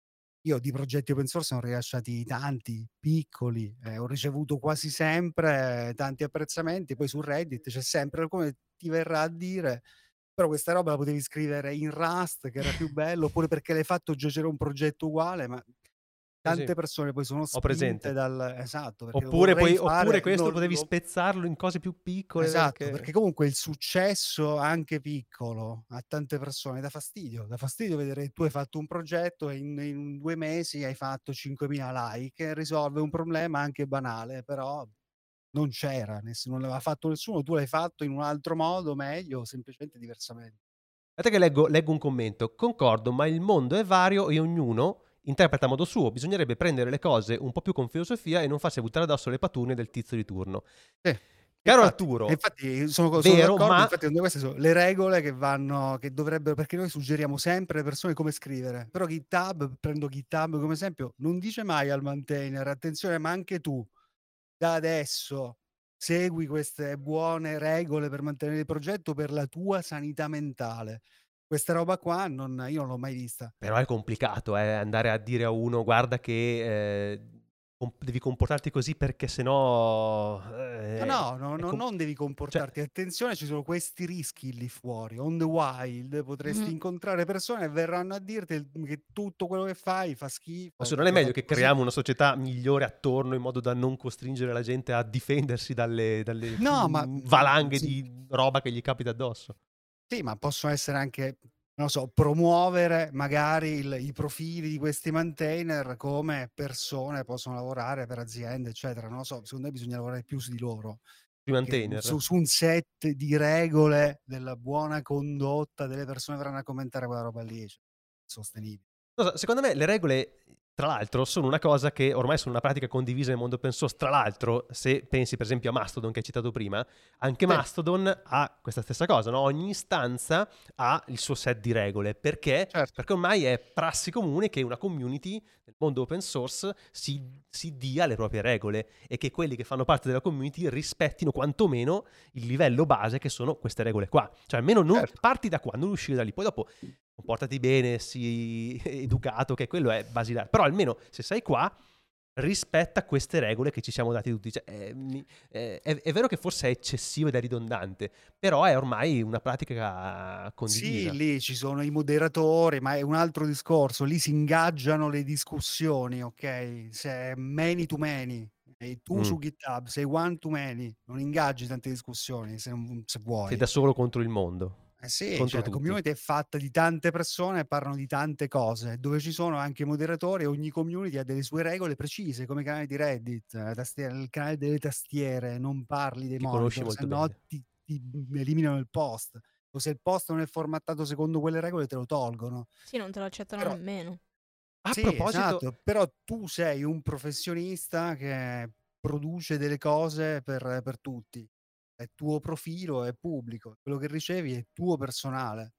Io di progetti open source ne ho rilasciati tanti, piccoli, eh, ho ricevuto quasi sempre tanti apprezzamenti, poi su Reddit c'è sempre qualcuno che ti verrà a dire però questa roba la potevi scrivere in Rust che era più bello, oppure perché l'hai fatto già c'era un progetto uguale, ma Sì, tante sì. persone poi sono Ho spinte presente. dal esatto, perché lo Oppure, vorrei poi, fare, oppure questo non potevi lo spezzarlo in cose più piccole esatto, perché... perché comunque il successo anche piccolo a tante persone dà fastidio, dà fastidio vedere che tu hai fatto un progetto e in in due mesi hai fatto cinquemila like, risolve un problema anche banale, però non c'era, ness non l'aveva fatto nessuno, tu l'hai fatto in un altro modo, meglio o semplicemente diversamente. Aspetta che leggo, leggo un commento. Concordo, ma il mondo è vario e ognuno interpreta a modo suo. Bisognerebbe prendere le cose un po' più con filosofia e non farsi buttare addosso le paturne del tizio di turno. Sì. Caro Infatti, Arturo, e infatti sono co sono vero, d'accordo, ma... infatti secondo me queste sono le regole che vanno che dovrebbero perché noi suggeriamo sempre alle persone come scrivere, però GitHub, prendo GitHub come esempio, non dice mai al maintainer: "Attenzione, ma anche tu da adesso segui queste buone regole per mantenere il progetto per la tua sanità mentale." Questa roba qua non io non l'ho mai vista. Però è complicato, eh, andare a dire a uno guarda che eh, com- devi comportarti così perché sennò... No, eh, no, no, è no, com- non devi cioè, comportarti. Attenzione, ci sono questi rischi lì fuori. On the wild potresti Mhm. incontrare persone che verranno a dirti il- che tutto quello che fai fa ma schifo. se non è perché meglio fatto che così. creiamo una società migliore attorno in modo da non costringere la gente a difendersi dalle, dalle No, ma mm, mm, valanghe sì, di roba che gli capita addosso? sì, ma possono essere anche, non lo so, promuovere magari il- i profili di questi maintainer come persone possono lavorare per aziende, eccetera. Non lo so, secondo me bisogna lavorare più su di loro. Sui Che maintainer? su, su un set di regole della buona condotta delle persone verranno a commentare quella roba lì, cioè, sostenibile. Non so, secondo me le regole, tra l'altro, sono una cosa che ormai sono una pratica condivisa nel mondo open source. Tra l'altro, se pensi per esempio a Mastodon che hai citato prima, anche Sì. Mastodon ha questa stessa cosa, no? Ogni istanza ha il suo set di regole. Perché? Certo. Perché ormai è prassi comune che una community nel mondo open source si, si dia le proprie regole e che quelli che fanno parte della community rispettino quantomeno il livello base che sono queste regole qua. Cioè almeno non Certo. parti da qua, non uscire da lì. Poi dopo comportati bene, sii educato, che quello è basilare. Però almeno se sei qua, rispetta queste regole che ci siamo dati tutti. Cioè, è, mi- è- è- è vero che forse è eccessivo ed è ridondante, però è ormai una pratica condivisa. Sì, lì ci sono i moderatori, ma è un altro discorso. Lì si ingaggiano le discussioni, ok? Se è many to many, e tu Mm. su GitHub sei one to many, non ingaggi tante discussioni se, non- se Sei vuoi. da solo contro il mondo. Eh sì, contro cioè, la tutti. community è fatta di tante persone, parlano di tante cose, dove ci sono anche moderatori, ogni community ha delle sue regole precise, come i canali di Reddit, la tastiera- il canale delle tastiere, non parli dei Che conosci monitor, se molto no bene. ti, ti eliminano il post. O se il post non è formattato secondo quelle regole te lo tolgono. Sì, non te lo accettano Però, nemmeno. A sì, proposito, esatto, però tu sei un professionista che produce delle cose per, per tutti. È tuo profilo, è pubblico, quello che ricevi è tuo personale.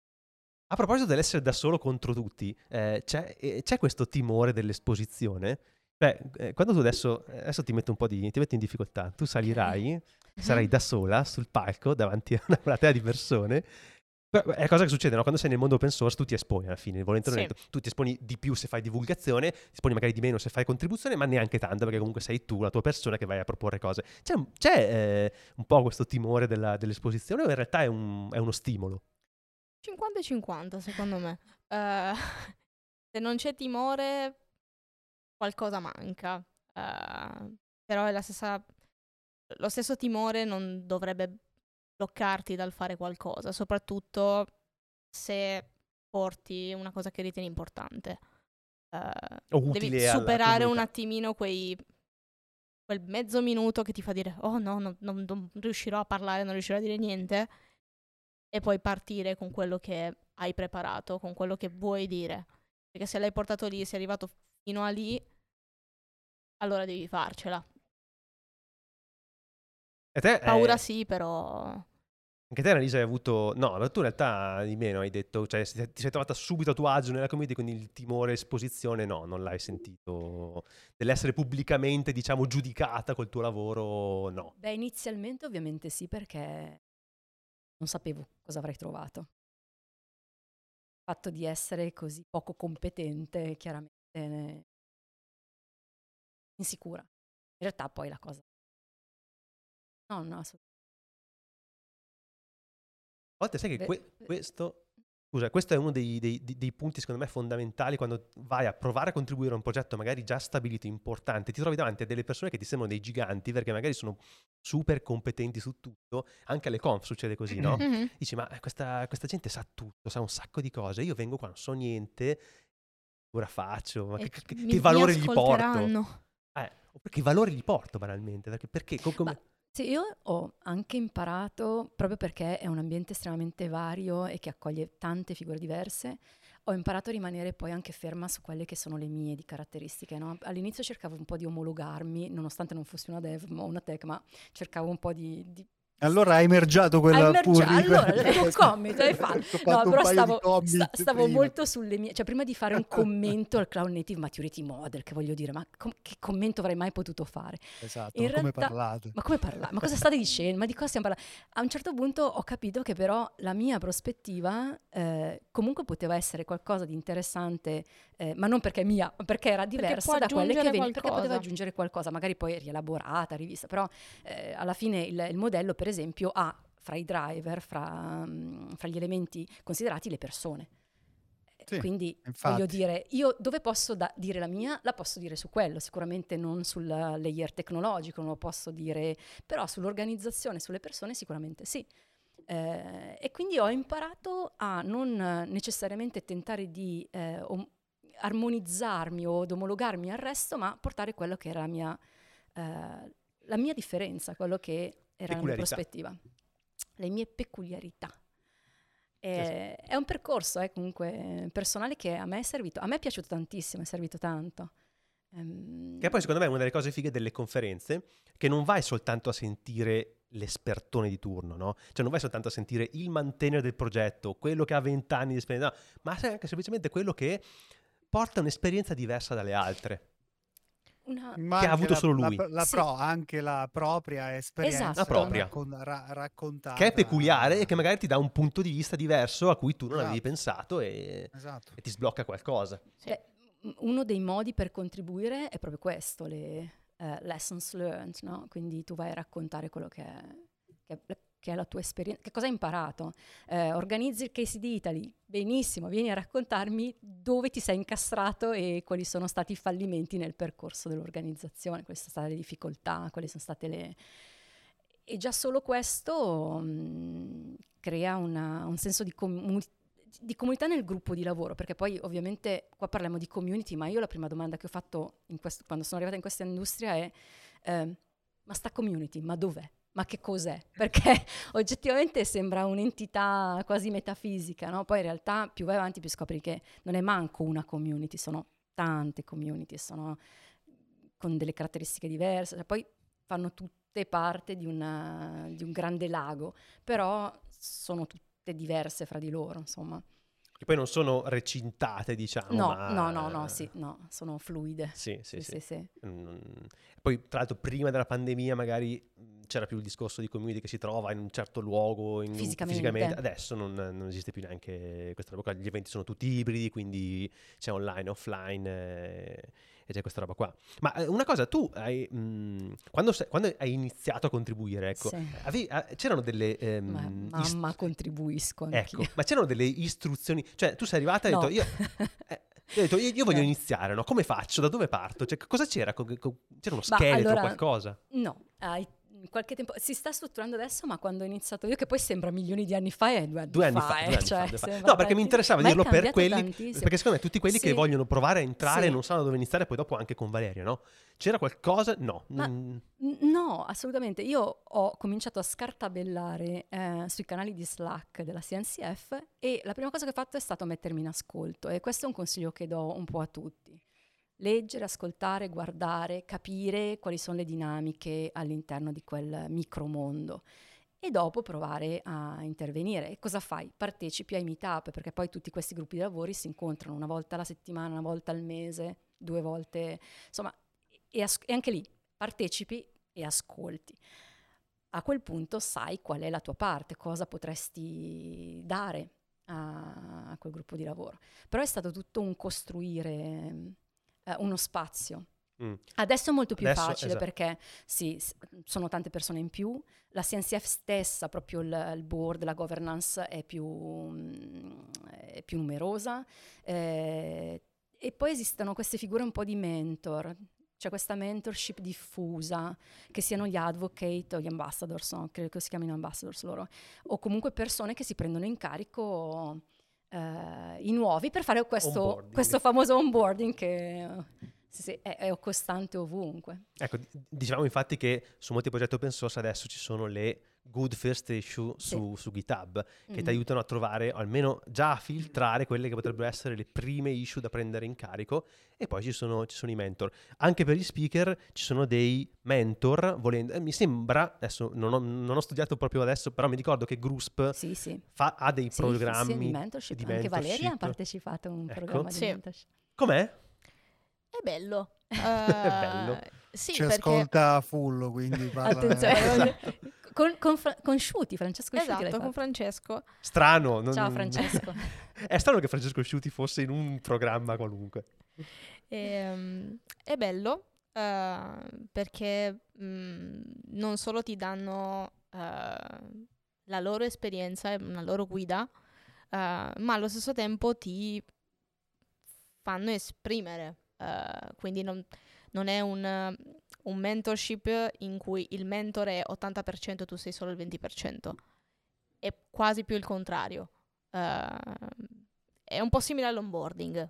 a proposito dell'essere da solo contro tutti, eh, c'è, eh, c'è questo timore dell'esposizione? Cioè, eh, quando tu adesso, adesso ti metto un po' di, ti metto in difficoltà, tu salirai, sarai da sola sul palco davanti a una platea di persone. Però è cosa che succede, no? Quando sei nel mondo open source tu ti esponi alla fine, volente o Sì. nolente. Tu ti esponi di più se fai divulgazione, ti esponi magari di meno se fai contribuzione, ma neanche tanto, perché comunque sei tu, la tua persona, che vai a proporre cose. C'è, un- c'è, eh, un po' questo timore della- dell'esposizione, o in realtà è, un- è uno stimolo? cinquanta e cinquanta secondo me. Eh, se non c'è timore, qualcosa manca. Eh, però è la stessa, lo stesso timore non dovrebbe bloccarti dal fare qualcosa, soprattutto se porti una cosa che ritieni importante. Eh, O devi utile alla superare un comunità. attimino quei, quel mezzo minuto che ti fa dire oh no, no, non, non riuscirò a parlare, non riuscirò a dire niente, e poi partire con quello che hai preparato, con quello che vuoi dire. Perché se l'hai portato lì, sei arrivato fino a lì, allora devi farcela. E te, Paura eh, sì, però... anche te, Annalisa, hai avuto... No, ma tu in realtà di meno hai detto, cioè ti ti sei trovata subito a tuo agio nella community, quindi il timore esposizione no, non l'hai sentito. Dell'essere pubblicamente, diciamo, giudicata col tuo lavoro, no. Beh, inizialmente ovviamente sì, perché non sapevo cosa avrei trovato. Il fatto di essere così poco competente, chiaramente ne- insicura. In realtà poi la cosa... No, no, assolutamente. A volte sai che Beh, que- beh, questo... Scusa, questo è uno dei, dei- dei- dei punti secondo me fondamentali quando vai a provare a contribuire a un progetto magari già stabilito, importante, ti trovi davanti a delle persone che ti sembrano dei giganti perché magari sono super competenti su tutto, anche alle conf succede così, no? Mhm. Dici, ma questa, questa gente sa tutto, sa un sacco di cose, io vengo qua, non so niente, ora faccio, ma E che, che- mi- che mi valore gli porto? ascolteranno. Eh, che valore gli porto banalmente? Perché, perché co- come... Ma sì, io ho anche imparato, proprio perché è un ambiente estremamente vario e che accoglie tante figure diverse, ho imparato a rimanere poi anche ferma su quelle che sono le mie di caratteristiche, no? All'inizio cercavo un po' di omologarmi, nonostante non fossi una dev o una tech, ma cercavo un po' di... di Allora hai emergiato quella Hai emergia- pur- allora, il tuo comment, hai fatto. Ho fatto No, un però paio di stavo, commit sta- stavo prima. molto sulle mie... Cioè, prima di fare un commento al Cloud Native Maturity Model, che voglio dire, ma com- che commento avrei mai potuto fare? Esatto, In ma come realtà- parlate? Ma come parlare? Ma cosa state dicendo? Ma di cosa stiamo parlando? A un certo punto ho capito che però la mia prospettiva eh, comunque poteva essere qualcosa di interessante, eh, ma non perché è mia, ma perché era diversa può da quelle che aggiungere venivano, perché poteva qualcosa. aggiungere qualcosa, magari poi rielaborata, rivista, però eh, alla fine il, il modello, per esempio, ha fra i driver, fra, mm, fra gli elementi considerati, le persone. Sì, Quindi infatti. voglio dire, io dove posso da- dire la mia, la posso dire su quello, sicuramente non sul layer tecnologico, non lo posso dire, però sull'organizzazione, sulle persone sicuramente sì. Eh, e quindi ho imparato a non necessariamente tentare di eh, om- armonizzarmi o ad omologarmi al resto, ma portare quello che era la mia, eh, la mia differenza, quello che era la mia Peculiarità. prospettiva, le mie peculiarità. Eh, È un percorso eh, comunque personale che a me è servito, a me è piaciuto tantissimo, è servito tanto. Ehm, Che poi secondo me è una delle cose fighe delle conferenze, che non vai soltanto a sentire l'espertone di turno, no? Cioè non vai soltanto a sentire il maintainer del progetto, quello che ha vent'anni di esperienza, no, ma sei anche semplicemente quello che porta un'esperienza diversa dalle altre. una- Ma che ha anche avuto la, solo la- lui. la Sì. pro, anche la propria esperienza Esatto. La propria. raccon- ra- raccontata. Che è peculiare e che magari ti dà un punto di vista diverso a cui tu non avevi Esatto. pensato e, Esatto. e ti sblocca qualcosa. Sì. Beh, uno dei modi per contribuire è proprio questo, le uh, lessons learned, no? Quindi tu vai a raccontare quello che è, che è, che è la tua esperienza, che cosa hai imparato. Eh, organizzi il Case di Italy, benissimo, vieni a raccontarmi dove ti sei incastrato e quali sono stati i fallimenti nel percorso dell'organizzazione, quali sono state le difficoltà, quali sono state le... E già solo questo mh, crea una, un senso di, comu- di comunità nel gruppo di lavoro, perché poi ovviamente qua parliamo di community, ma io la prima domanda che ho fatto in questo, quando sono arrivata in questa industria è eh, ma sta community, ma dov'è? Ma che cos'è? Perché oggettivamente sembra un'entità quasi metafisica, no? Poi in realtà più vai avanti più scopri che non è manco una community, sono tante community, sono con delle caratteristiche diverse, poi fanno tutte parte di, una, di un grande lago, però sono tutte diverse fra di loro, insomma. Che poi non sono recintate, diciamo. No, ma... no, no, no, sì, no, sono fluide. Sì, sì, Sì, sì. sì, sì. Mm. Poi, tra l'altro, prima della pandemia magari c'era più il discorso di community che si trova in un certo luogo in un- Fisicamente. fisicamente. Adesso non, non esiste più neanche questa roba qua. Gli eventi sono tutti ibridi, quindi c'è online, offline eh, e c'è questa roba qua. Ma eh, una cosa, tu hai mh, quando, sei- quando hai iniziato a contribuire, ecco, Sì. avevi- ah, c'erano delle ehm, Ma, ist- mamma, contribuisco anch'io. ecco, ma c'erano delle istruzioni, cioè tu sei arrivata e hai No. detto io, eh, io, ho detto, io, io voglio Eh. iniziare, no? Come faccio? Da dove parto? Cioè, cosa c'era? Co- co- C'era uno Ma scheletro, allora- qualcosa? No, hai qualche tempo si sta strutturando adesso, ma quando ho iniziato io, che poi sembra milioni di anni fa, è due anni, Due anni fa, fa, eh, due anni cioè, fa, due fa. sembra No, perché mi tanti- interessava ma è dirlo per cambiato quelli, tantissimo. perché secondo me tutti quelli che Sì. vogliono provare a entrare Sì. e non sanno dove iniziare, poi dopo anche con Valeria, no? C'era qualcosa? No. Ma- Mm, N- No, assolutamente. Io ho cominciato a scartabellare eh, sui canali di Slack della C N C F e la prima cosa che ho fatto è stato mettermi in ascolto, e questo è un consiglio che do un po' a tutti. Leggere, ascoltare, guardare, capire quali sono le dinamiche all'interno di quel micromondo e dopo provare a intervenire. E cosa fai? Partecipi ai meetup, perché poi tutti questi gruppi di lavori si incontrano una volta alla settimana, una volta al mese, due volte, insomma, e, as- e anche lì partecipi e ascolti. A quel punto sai qual è la tua parte, cosa potresti dare a, a quel gruppo di lavoro. Però è stato tutto un costruire eh, uno spazio. mm. Adesso è molto più Adesso, facile, esatto. perché sì, s- sono tante persone in più, la C N C F stessa, proprio il, il board, la governance è più, mm, è più numerosa, eh, e poi esistono queste figure un po' di mentor. C'è questa mentorship diffusa, che siano gli advocate o gli ambassadors, no? Credo che si chiamino ambassadors loro, o comunque persone che si prendono in carico eh, i nuovi per fare questo, Onboarding. questo famoso onboarding che eh, sì, sì, è, è costante ovunque. Ecco, d- dicevamo infatti che su molti progetti open source adesso ci sono le good first issue su, su GitHub che Mhm. ti aiutano a trovare, o almeno già a filtrare quelle che potrebbero essere le prime issue da prendere in carico, e poi ci sono, ci sono i mentor. Anche per gli speaker ci sono dei mentor, volendo. Eh, mi sembra, adesso non ho, non ho studiato proprio adesso, però mi ricordo che Grusp Sì, sì. fa, ha dei Sì, programmi sì, di mentorship. di Anche Valeria ha mentorship. partecipato a un Ecco. programma di Sì. mentorship. Com'è? È bello. È Eh, bello. Sì, Ci perché... ascolta full, quindi parla. Attenzione, Esatto. con, con, Fra- con Sciuti, Francesco Sciuti l'hai Esatto, fatto. con Francesco. Strano. non- Ciao Francesco. È strano che Francesco Sciuti fosse in un programma qualunque. Ehm, è bello eh, perché mh, non solo ti danno eh, la loro esperienza e una loro guida, eh, ma allo stesso tempo ti fanno esprimere. eh, quindi non, non è un, eh, un mentorship in cui il mentore è ottanta per cento e tu sei solo il venti per cento. È quasi più il contrario. Eh, è un po' simile all'onboarding.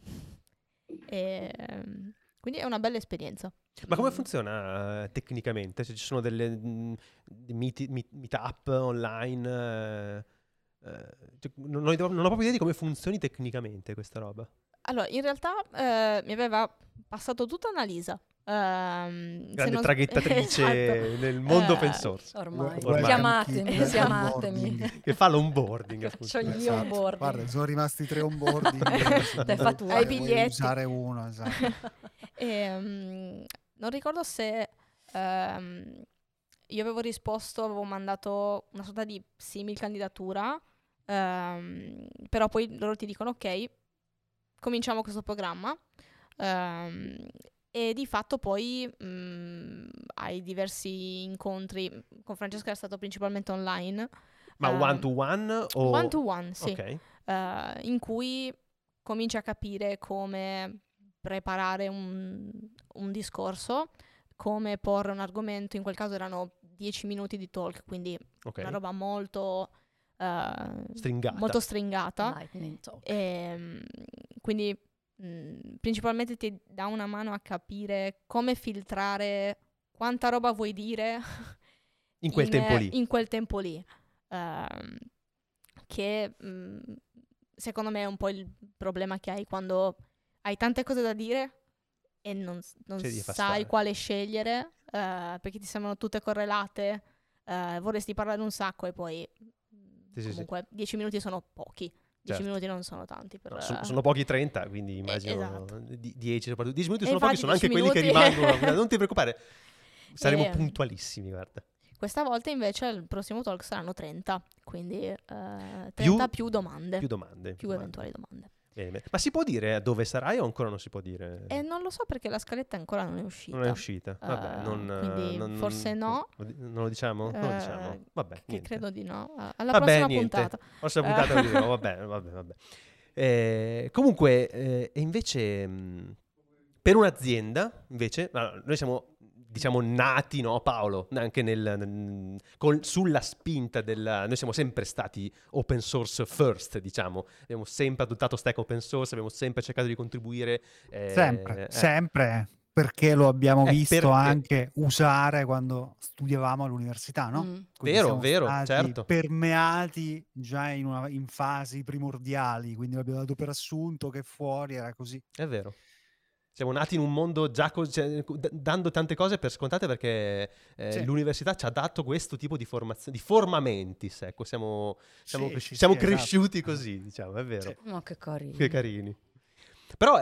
E, ehm, quindi è una bella esperienza. Ma come Mm. funziona eh, tecnicamente? Se ci sono delle mm, dei meet, meet, meetup online? eh, eh, cioè, non, ho, non ho proprio idea di come funzioni tecnicamente questa roba. Allora, in realtà eh, mi aveva passato tutta Annalisa. Ehm, se Grande non s- traghettatrice Esatto. nel mondo Eh, open source. Ormai. Ormai. Chiamatemi, Kit, chiamatemi. onboarding. Che fa l'onboarding. appunto. C'ho gli Esatto. onboarding. Guarda, sono rimasti tre onboarding. Te fa tu, Hai Vuoi biglietti. usare uno, esatto. Ehm, non ricordo se ehm, io avevo risposto, avevo mandato una sorta di simil candidatura, ehm, però poi loro ti dicono ok, cominciamo questo programma ehm, e di fatto poi mh, hai diversi incontri. Con Francesca è stato principalmente online. Ma ehm, one to one o... one to one, sì. Ok. eh, in cui cominci a capire come preparare un, un discorso, come porre un argomento. In quel caso erano dieci minuti di talk, quindi Ok. una roba molto eh, Stringata. molto stringata. Lightning talk. E, quindi mh, principalmente ti dà una mano a capire come filtrare quanta roba vuoi dire In quel tempo lì. in quel tempo lì. Ehm, che mh, secondo me è un po' il problema che hai quando hai tante cose da dire e non, non Scegli di sai passare. quale scegliere, eh, perché ti sembrano tutte correlate, eh, vorresti parlare un sacco e poi Sì, sì, sì. comunque dieci minuti sono pochi, dieci Certo. minuti non sono tanti. Per, No, so- sono pochi trenta, quindi immagino esatto. di- dieci soprattutto. dieci minuti E sono pochi, infatti sono anche dieci quelli che minuti- rimangono. Non ti preoccupare, saremo E- puntualissimi, guarda. Questa volta invece il prossimo talk saranno trenta, quindi eh, trenta Più- più, domande, Più domande. più domande. eventuali domande. Bene, bene. Ma si può dire dove sarai o ancora non si può dire? E non lo so perché la scaletta ancora non è uscita. Non è uscita. Vabbè, Eh, non, quindi non- forse no. lo di- Non lo diciamo? Non lo Eh, diciamo. Vabbè, Che niente. credo di no. Eh, Alla Vabbè, prossima niente. puntata. Prossima puntata lo diremo, vabbè, vabbè, vabbè. Eh, comunque, eh, e invece, mh, per un'azienda, invece, allora, noi siamo, diciamo, nati, no, Paolo, anche nel, nel- col- sulla spinta del... Noi siamo sempre stati open source first, diciamo. Abbiamo sempre adottato stack open source, abbiamo sempre cercato di contribuire. eh, Sempre, eh, sempre, perché lo abbiamo Eh, visto perché- anche usare quando studiavamo all'università, no? Mm. Quindi Vero, siamo vero, stati certo. permeati già in, una- in fasi primordiali, quindi l'abbiamo dato per assunto che fuori era così. È vero. Siamo nati in un mondo già co- cioè, d- dando tante cose per scontate perché eh, Sì. l'università ci ha dato questo tipo di formazione, di formamentis, ecco, siamo, siamo, Sì, cresci- sì, siamo sì, esatto. cresciuti così, diciamo, è vero. Sì. Ma che carino. Che carini. Però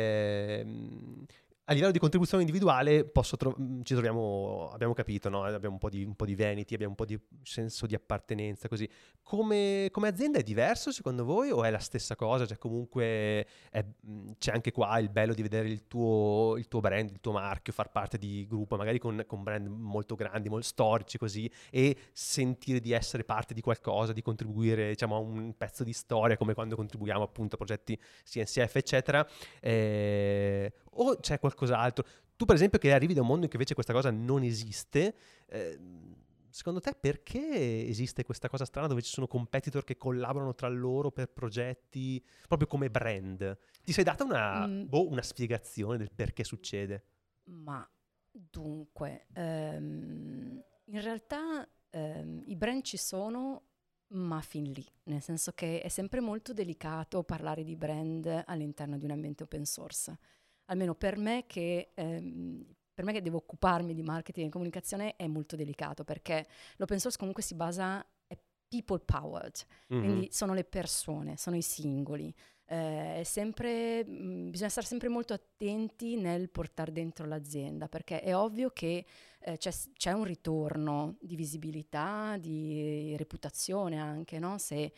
ehm, a livello di contribuzione individuale posso tro- mh, ci troviamo, abbiamo capito, no? Abbiamo un po' di, un po' di vanity, abbiamo un po' di senso di appartenenza, così. Come, come azienda è diverso secondo voi o è la stessa cosa? Cioè comunque è- mh, c'è anche qua il bello di vedere il tuo, il tuo brand, il tuo marchio, far parte di gruppo, magari con, con brand molto grandi, molto storici così, e sentire di essere parte di qualcosa, di contribuire, diciamo, a un pezzo di storia, come quando contribuiamo appunto a progetti C N C F, eccetera. Eh, o c'è qualcos'altro? Tu, per esempio, che arrivi da un mondo in cui invece questa cosa non esiste, eh, secondo te perché esiste questa cosa strana dove ci sono competitor che collaborano tra loro per progetti proprio come brand? Ti sei data una, Mm. boh, una spiegazione del perché succede? Ma dunque, ehm, in realtà ehm, i brand ci sono, ma fin lì, nel senso che è sempre molto delicato parlare di brand all'interno di un ambiente open source. Almeno per me che, ehm, per me che devo occuparmi di marketing e comunicazione è molto delicato, perché l'open source comunque si basa, è people powered, Mhm. quindi sono le persone, sono i singoli. Eh, è sempre, mh, bisogna stare sempre molto attenti nel portare dentro l'azienda, perché è ovvio che eh, c'è, c'è un ritorno di visibilità, di reputazione anche, no? Se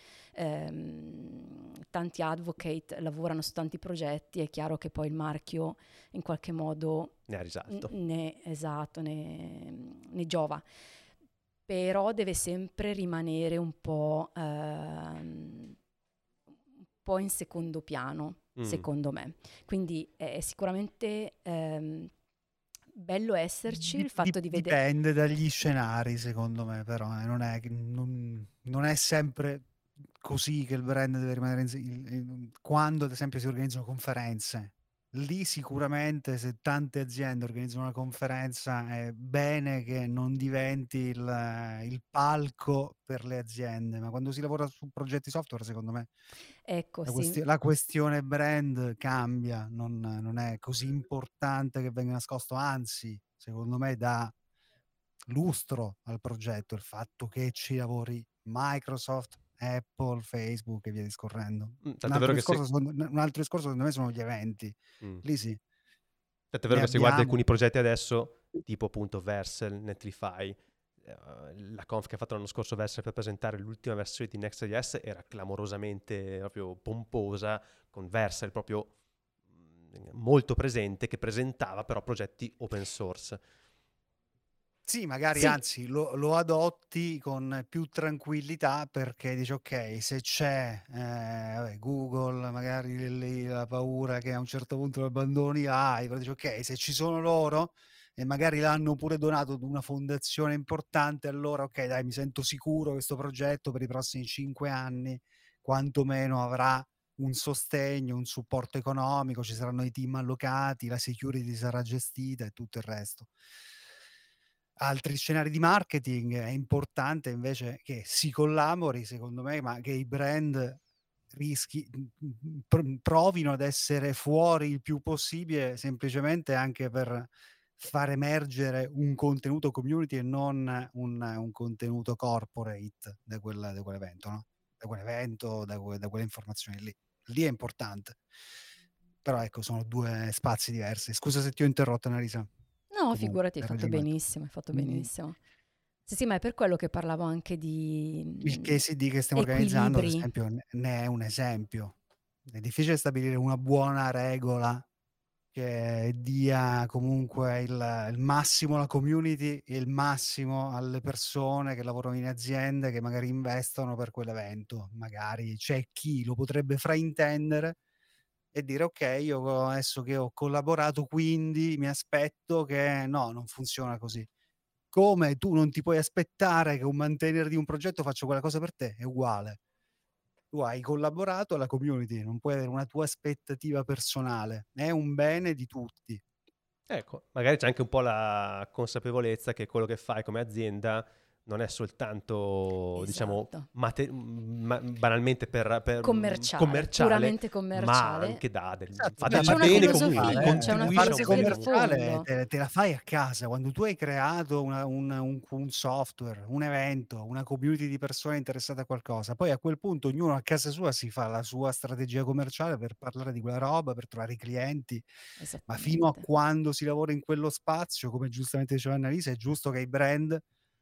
ehm, tanti advocate lavorano su tanti progetti, è chiaro che poi il marchio in qualche modo Ne ha risalto. n- ne, esatto, ne, ne giova. Però deve sempre rimanere un po', ehm, un po' in secondo piano, Mm. secondo me. Quindi è sicuramente ehm, bello esserci, il fatto di vedere... Dipende dagli scenari, secondo me, però eh, non, è, che- non, non è sempre così che il brand deve rimanere in, il- il- quando ad esempio si organizzano conferenze. Lì sicuramente se tante aziende organizzano una conferenza è bene che non diventi il, il palco per le aziende, ma quando si lavora su progetti software, secondo me Ecco, la, sì. questi- la questione brand cambia, non, non è così importante che venga nascosto, anzi, secondo me dà lustro al progetto il fatto che ci lavori Microsoft, Apple, Facebook e via discorrendo. Mm, Un Tanto è altro, vero che se, discorso, secondo, un altro discorso secondo me sono gli eventi. mm. Lì sì, Tanto è vero ne che se guardi abbiamo. alcuni progetti adesso, tipo appunto Vercel, Netlify, la conf che ha fatto l'anno scorso Vercel per presentare l'ultima versione di Next.js era clamorosamente proprio pomposa, con Vercel proprio molto presente, che presentava però progetti open source. Sì, magari Sì. anzi lo, lo adotti con più tranquillità, perché dici ok, se c'è eh, vabbè, Google, magari lì la paura che a un certo punto lo abbandoni, hai, però dici ok, se ci sono loro e magari l'hanno pure donato ad una fondazione importante, allora ok, dai, mi sento sicuro che questo progetto per i prossimi cinque anni quantomeno avrà un sostegno, un supporto economico, ci saranno i team allocati, la security sarà gestita e tutto il resto. Altri scenari di marketing è importante invece che si collabori, secondo me, ma che i brand rischi pr- provino ad essere fuori il più possibile, semplicemente anche per far emergere un contenuto community e non un, un contenuto corporate da, quella, da quell'evento, no? Da quell'evento, da, que- da quelle informazioni lì. Lì è importante. Però ecco, sono due spazi diversi. Scusa se ti ho interrotto, Annalisa. No, Comunque, figurati, hai hai fatto ragionato. benissimo, hai fatto Mm. benissimo. Sì, sì, ma è per quello che parlavo anche di Il mm, K C D che stiamo organizzando, ad equilibri. esempio, ne- ne è un esempio. È difficile stabilire una buona regola che dia comunque il, il massimo alla community e il massimo alle persone che lavorano in aziende che magari investono per quell'evento. Magari c'è chi lo potrebbe fraintendere e dire ok, io adesso che ho collaborato, quindi mi aspetto che no, non funziona così. Come tu non ti puoi aspettare che un maintainer di un progetto faccia quella cosa per te, è uguale. Tu hai collaborato alla community, non puoi avere una tua aspettativa personale, è un bene di tutti. Ecco, magari c'è anche un po' la consapevolezza che quello che fai come azienda non è soltanto, diciamo, Esatto. mate- ma- banalmente per, per Commerciale, commerciale, puramente ma commerciale. anche da del, Esatto, fa beh, del C'è ma una bene quello comunque, filosofia, uguale, c'è eh. una La contribuisce a un parte filosofia di contenuto. commerciale fondo. te, te la fai a casa, quando tu hai creato una- un, un- un software, un evento, una community di persone interessate a qualcosa, poi a quel punto ognuno a casa sua si fa la sua strategia commerciale per parlare di quella roba, per trovare i clienti, ma fino a Esattamente. quando si lavora in quello spazio, come giustamente diceva Annalisa, è giusto che i brand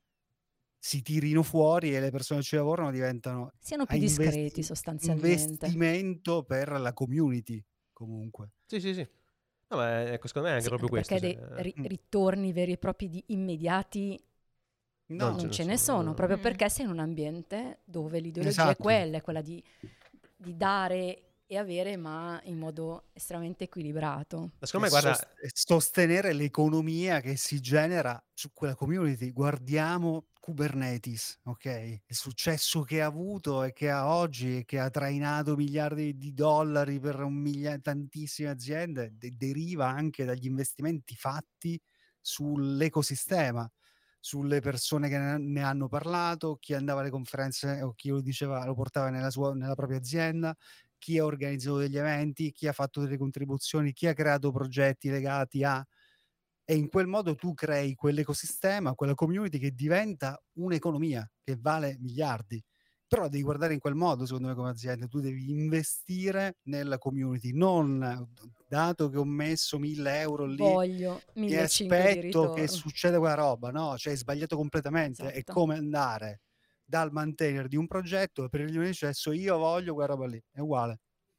si tirino fuori e le persone che ci lavorano diventano Siano a più discreti investi- sostanzialmente. investimento per la community comunque. Sì, sì, sì. No, ma ecco, secondo me è anche Sì, proprio anche questo. perché Cioè, dei ri- Mm. ritorni veri e propri di immediati non No, ce non ne ce ne sono, sono, no. proprio Mm. perché sei in un ambiente dove l'ideologia è esatto. quella, è quella di, di dare e avere, ma in modo estremamente equilibrato. Ma secondo me, E guarda, sos- e sostenere l'economia che si genera su quella community. Guardiamo Kubernetes, ok? Il successo che ha avuto e che ha oggi e che ha trainato miliardi di dollari per un miglia- tantissime aziende de- deriva anche dagli investimenti fatti sull'ecosistema, sulle persone che ne ne hanno parlato, chi andava alle conferenze o chi lo diceva, lo portava nella sua, nella propria azienda, chi ha organizzato degli eventi, chi ha fatto delle contribuzioni, chi ha creato progetti legati a... E in quel modo tu crei quell'ecosistema, quella community che diventa un'economia che vale miliardi. Però devi guardare in quel modo, secondo me, come azienda. Tu devi investire nella community, non dato che ho messo mille euro lì, Voglio mi millecinquecento di aspetto che ritorno. succeda quella roba. No, cioè è sbagliato completamente. È Esatto. come andare dal maintainer di un progetto e per il mio successo io voglio quella roba lì. È uguale.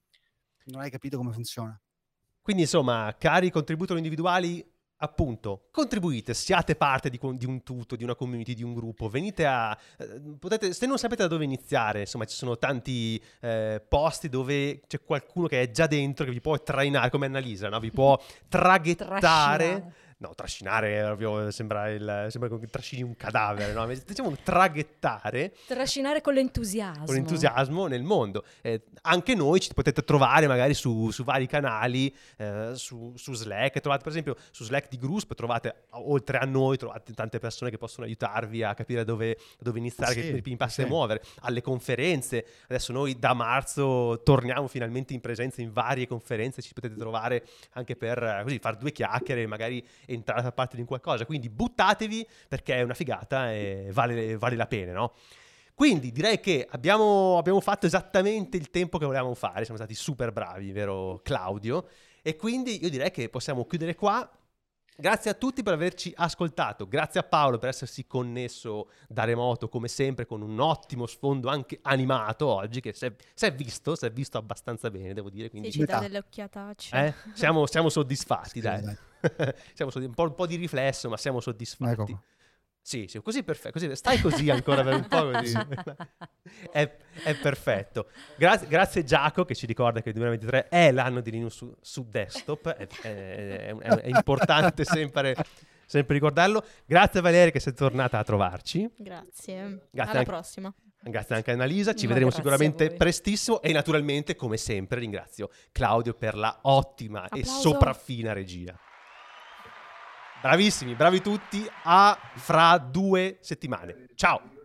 Non hai capito come funziona. quindi insomma, cari contributori individuali, appunto, contribuite, siate parte di, con- di un tutto, di una community, di un gruppo, venite a... eh, potete, se non sapete da dove iniziare, insomma, ci sono tanti eh, posti dove c'è qualcuno che è già dentro, che vi può trainare, come Annalisa, no? Vi può traghettare... Trascinare. No, trascinare è proprio, sembra, il, sembra che trascini un cadavere, no? Diciamo traghettare Trascinare con l'entusiasmo. con entusiasmo nel mondo. Eh, anche noi ci potete trovare magari su, su vari canali, eh, su, su Slack. Trovate per esempio su Slack di Grusp, trovate oltre a noi, trovate tante persone che possono aiutarvi a capire dove, dove iniziare, Sì, che primi passi sì. da muovere. Alle conferenze, adesso noi da marzo torniamo finalmente in presenza in varie conferenze, ci potete trovare anche per eh, così fare due chiacchiere, magari entrare a far parte di qualcosa. Quindi buttatevi perché è una figata e vale, vale la pena, no? Quindi direi che abbiamo, abbiamo fatto esattamente il tempo che volevamo fare, siamo stati super bravi, vero Claudio? E quindi io direi che possiamo chiudere qua. Grazie a tutti per averci ascoltato, grazie a Paolo per essersi connesso da remoto come sempre con un ottimo sfondo anche animato oggi che si è, si è visto, si è visto abbastanza bene devo dire, quindi Sì, ci dà metà. delle occhiatacce. eh, siamo, siamo soddisfatti Sì, dai. dai. Siamo soddisf- un, po', un po' di riflesso ma siamo soddisfatti. Ecco. Sì, sì, così perfetto, così, stai così ancora per un po' così. è, è perfetto. Grazie, grazie Giacomo che ci ricorda che il duemilaventitré è l'anno di Linux su, su desktop, è, è- è- è importante sempre, sempre ricordarlo. Grazie a Valeria che sei tornata a trovarci. Grazie. Grazie Alla anche- prossima. Grazie anche a Annalisa, ci Ma vedremo grazie a sicuramente voi. prestissimo e naturalmente come sempre ringrazio Claudio per la ottima e Applauso. sopraffina regia. Bravissimi, bravi tutti, a fra due settimane. Ciao!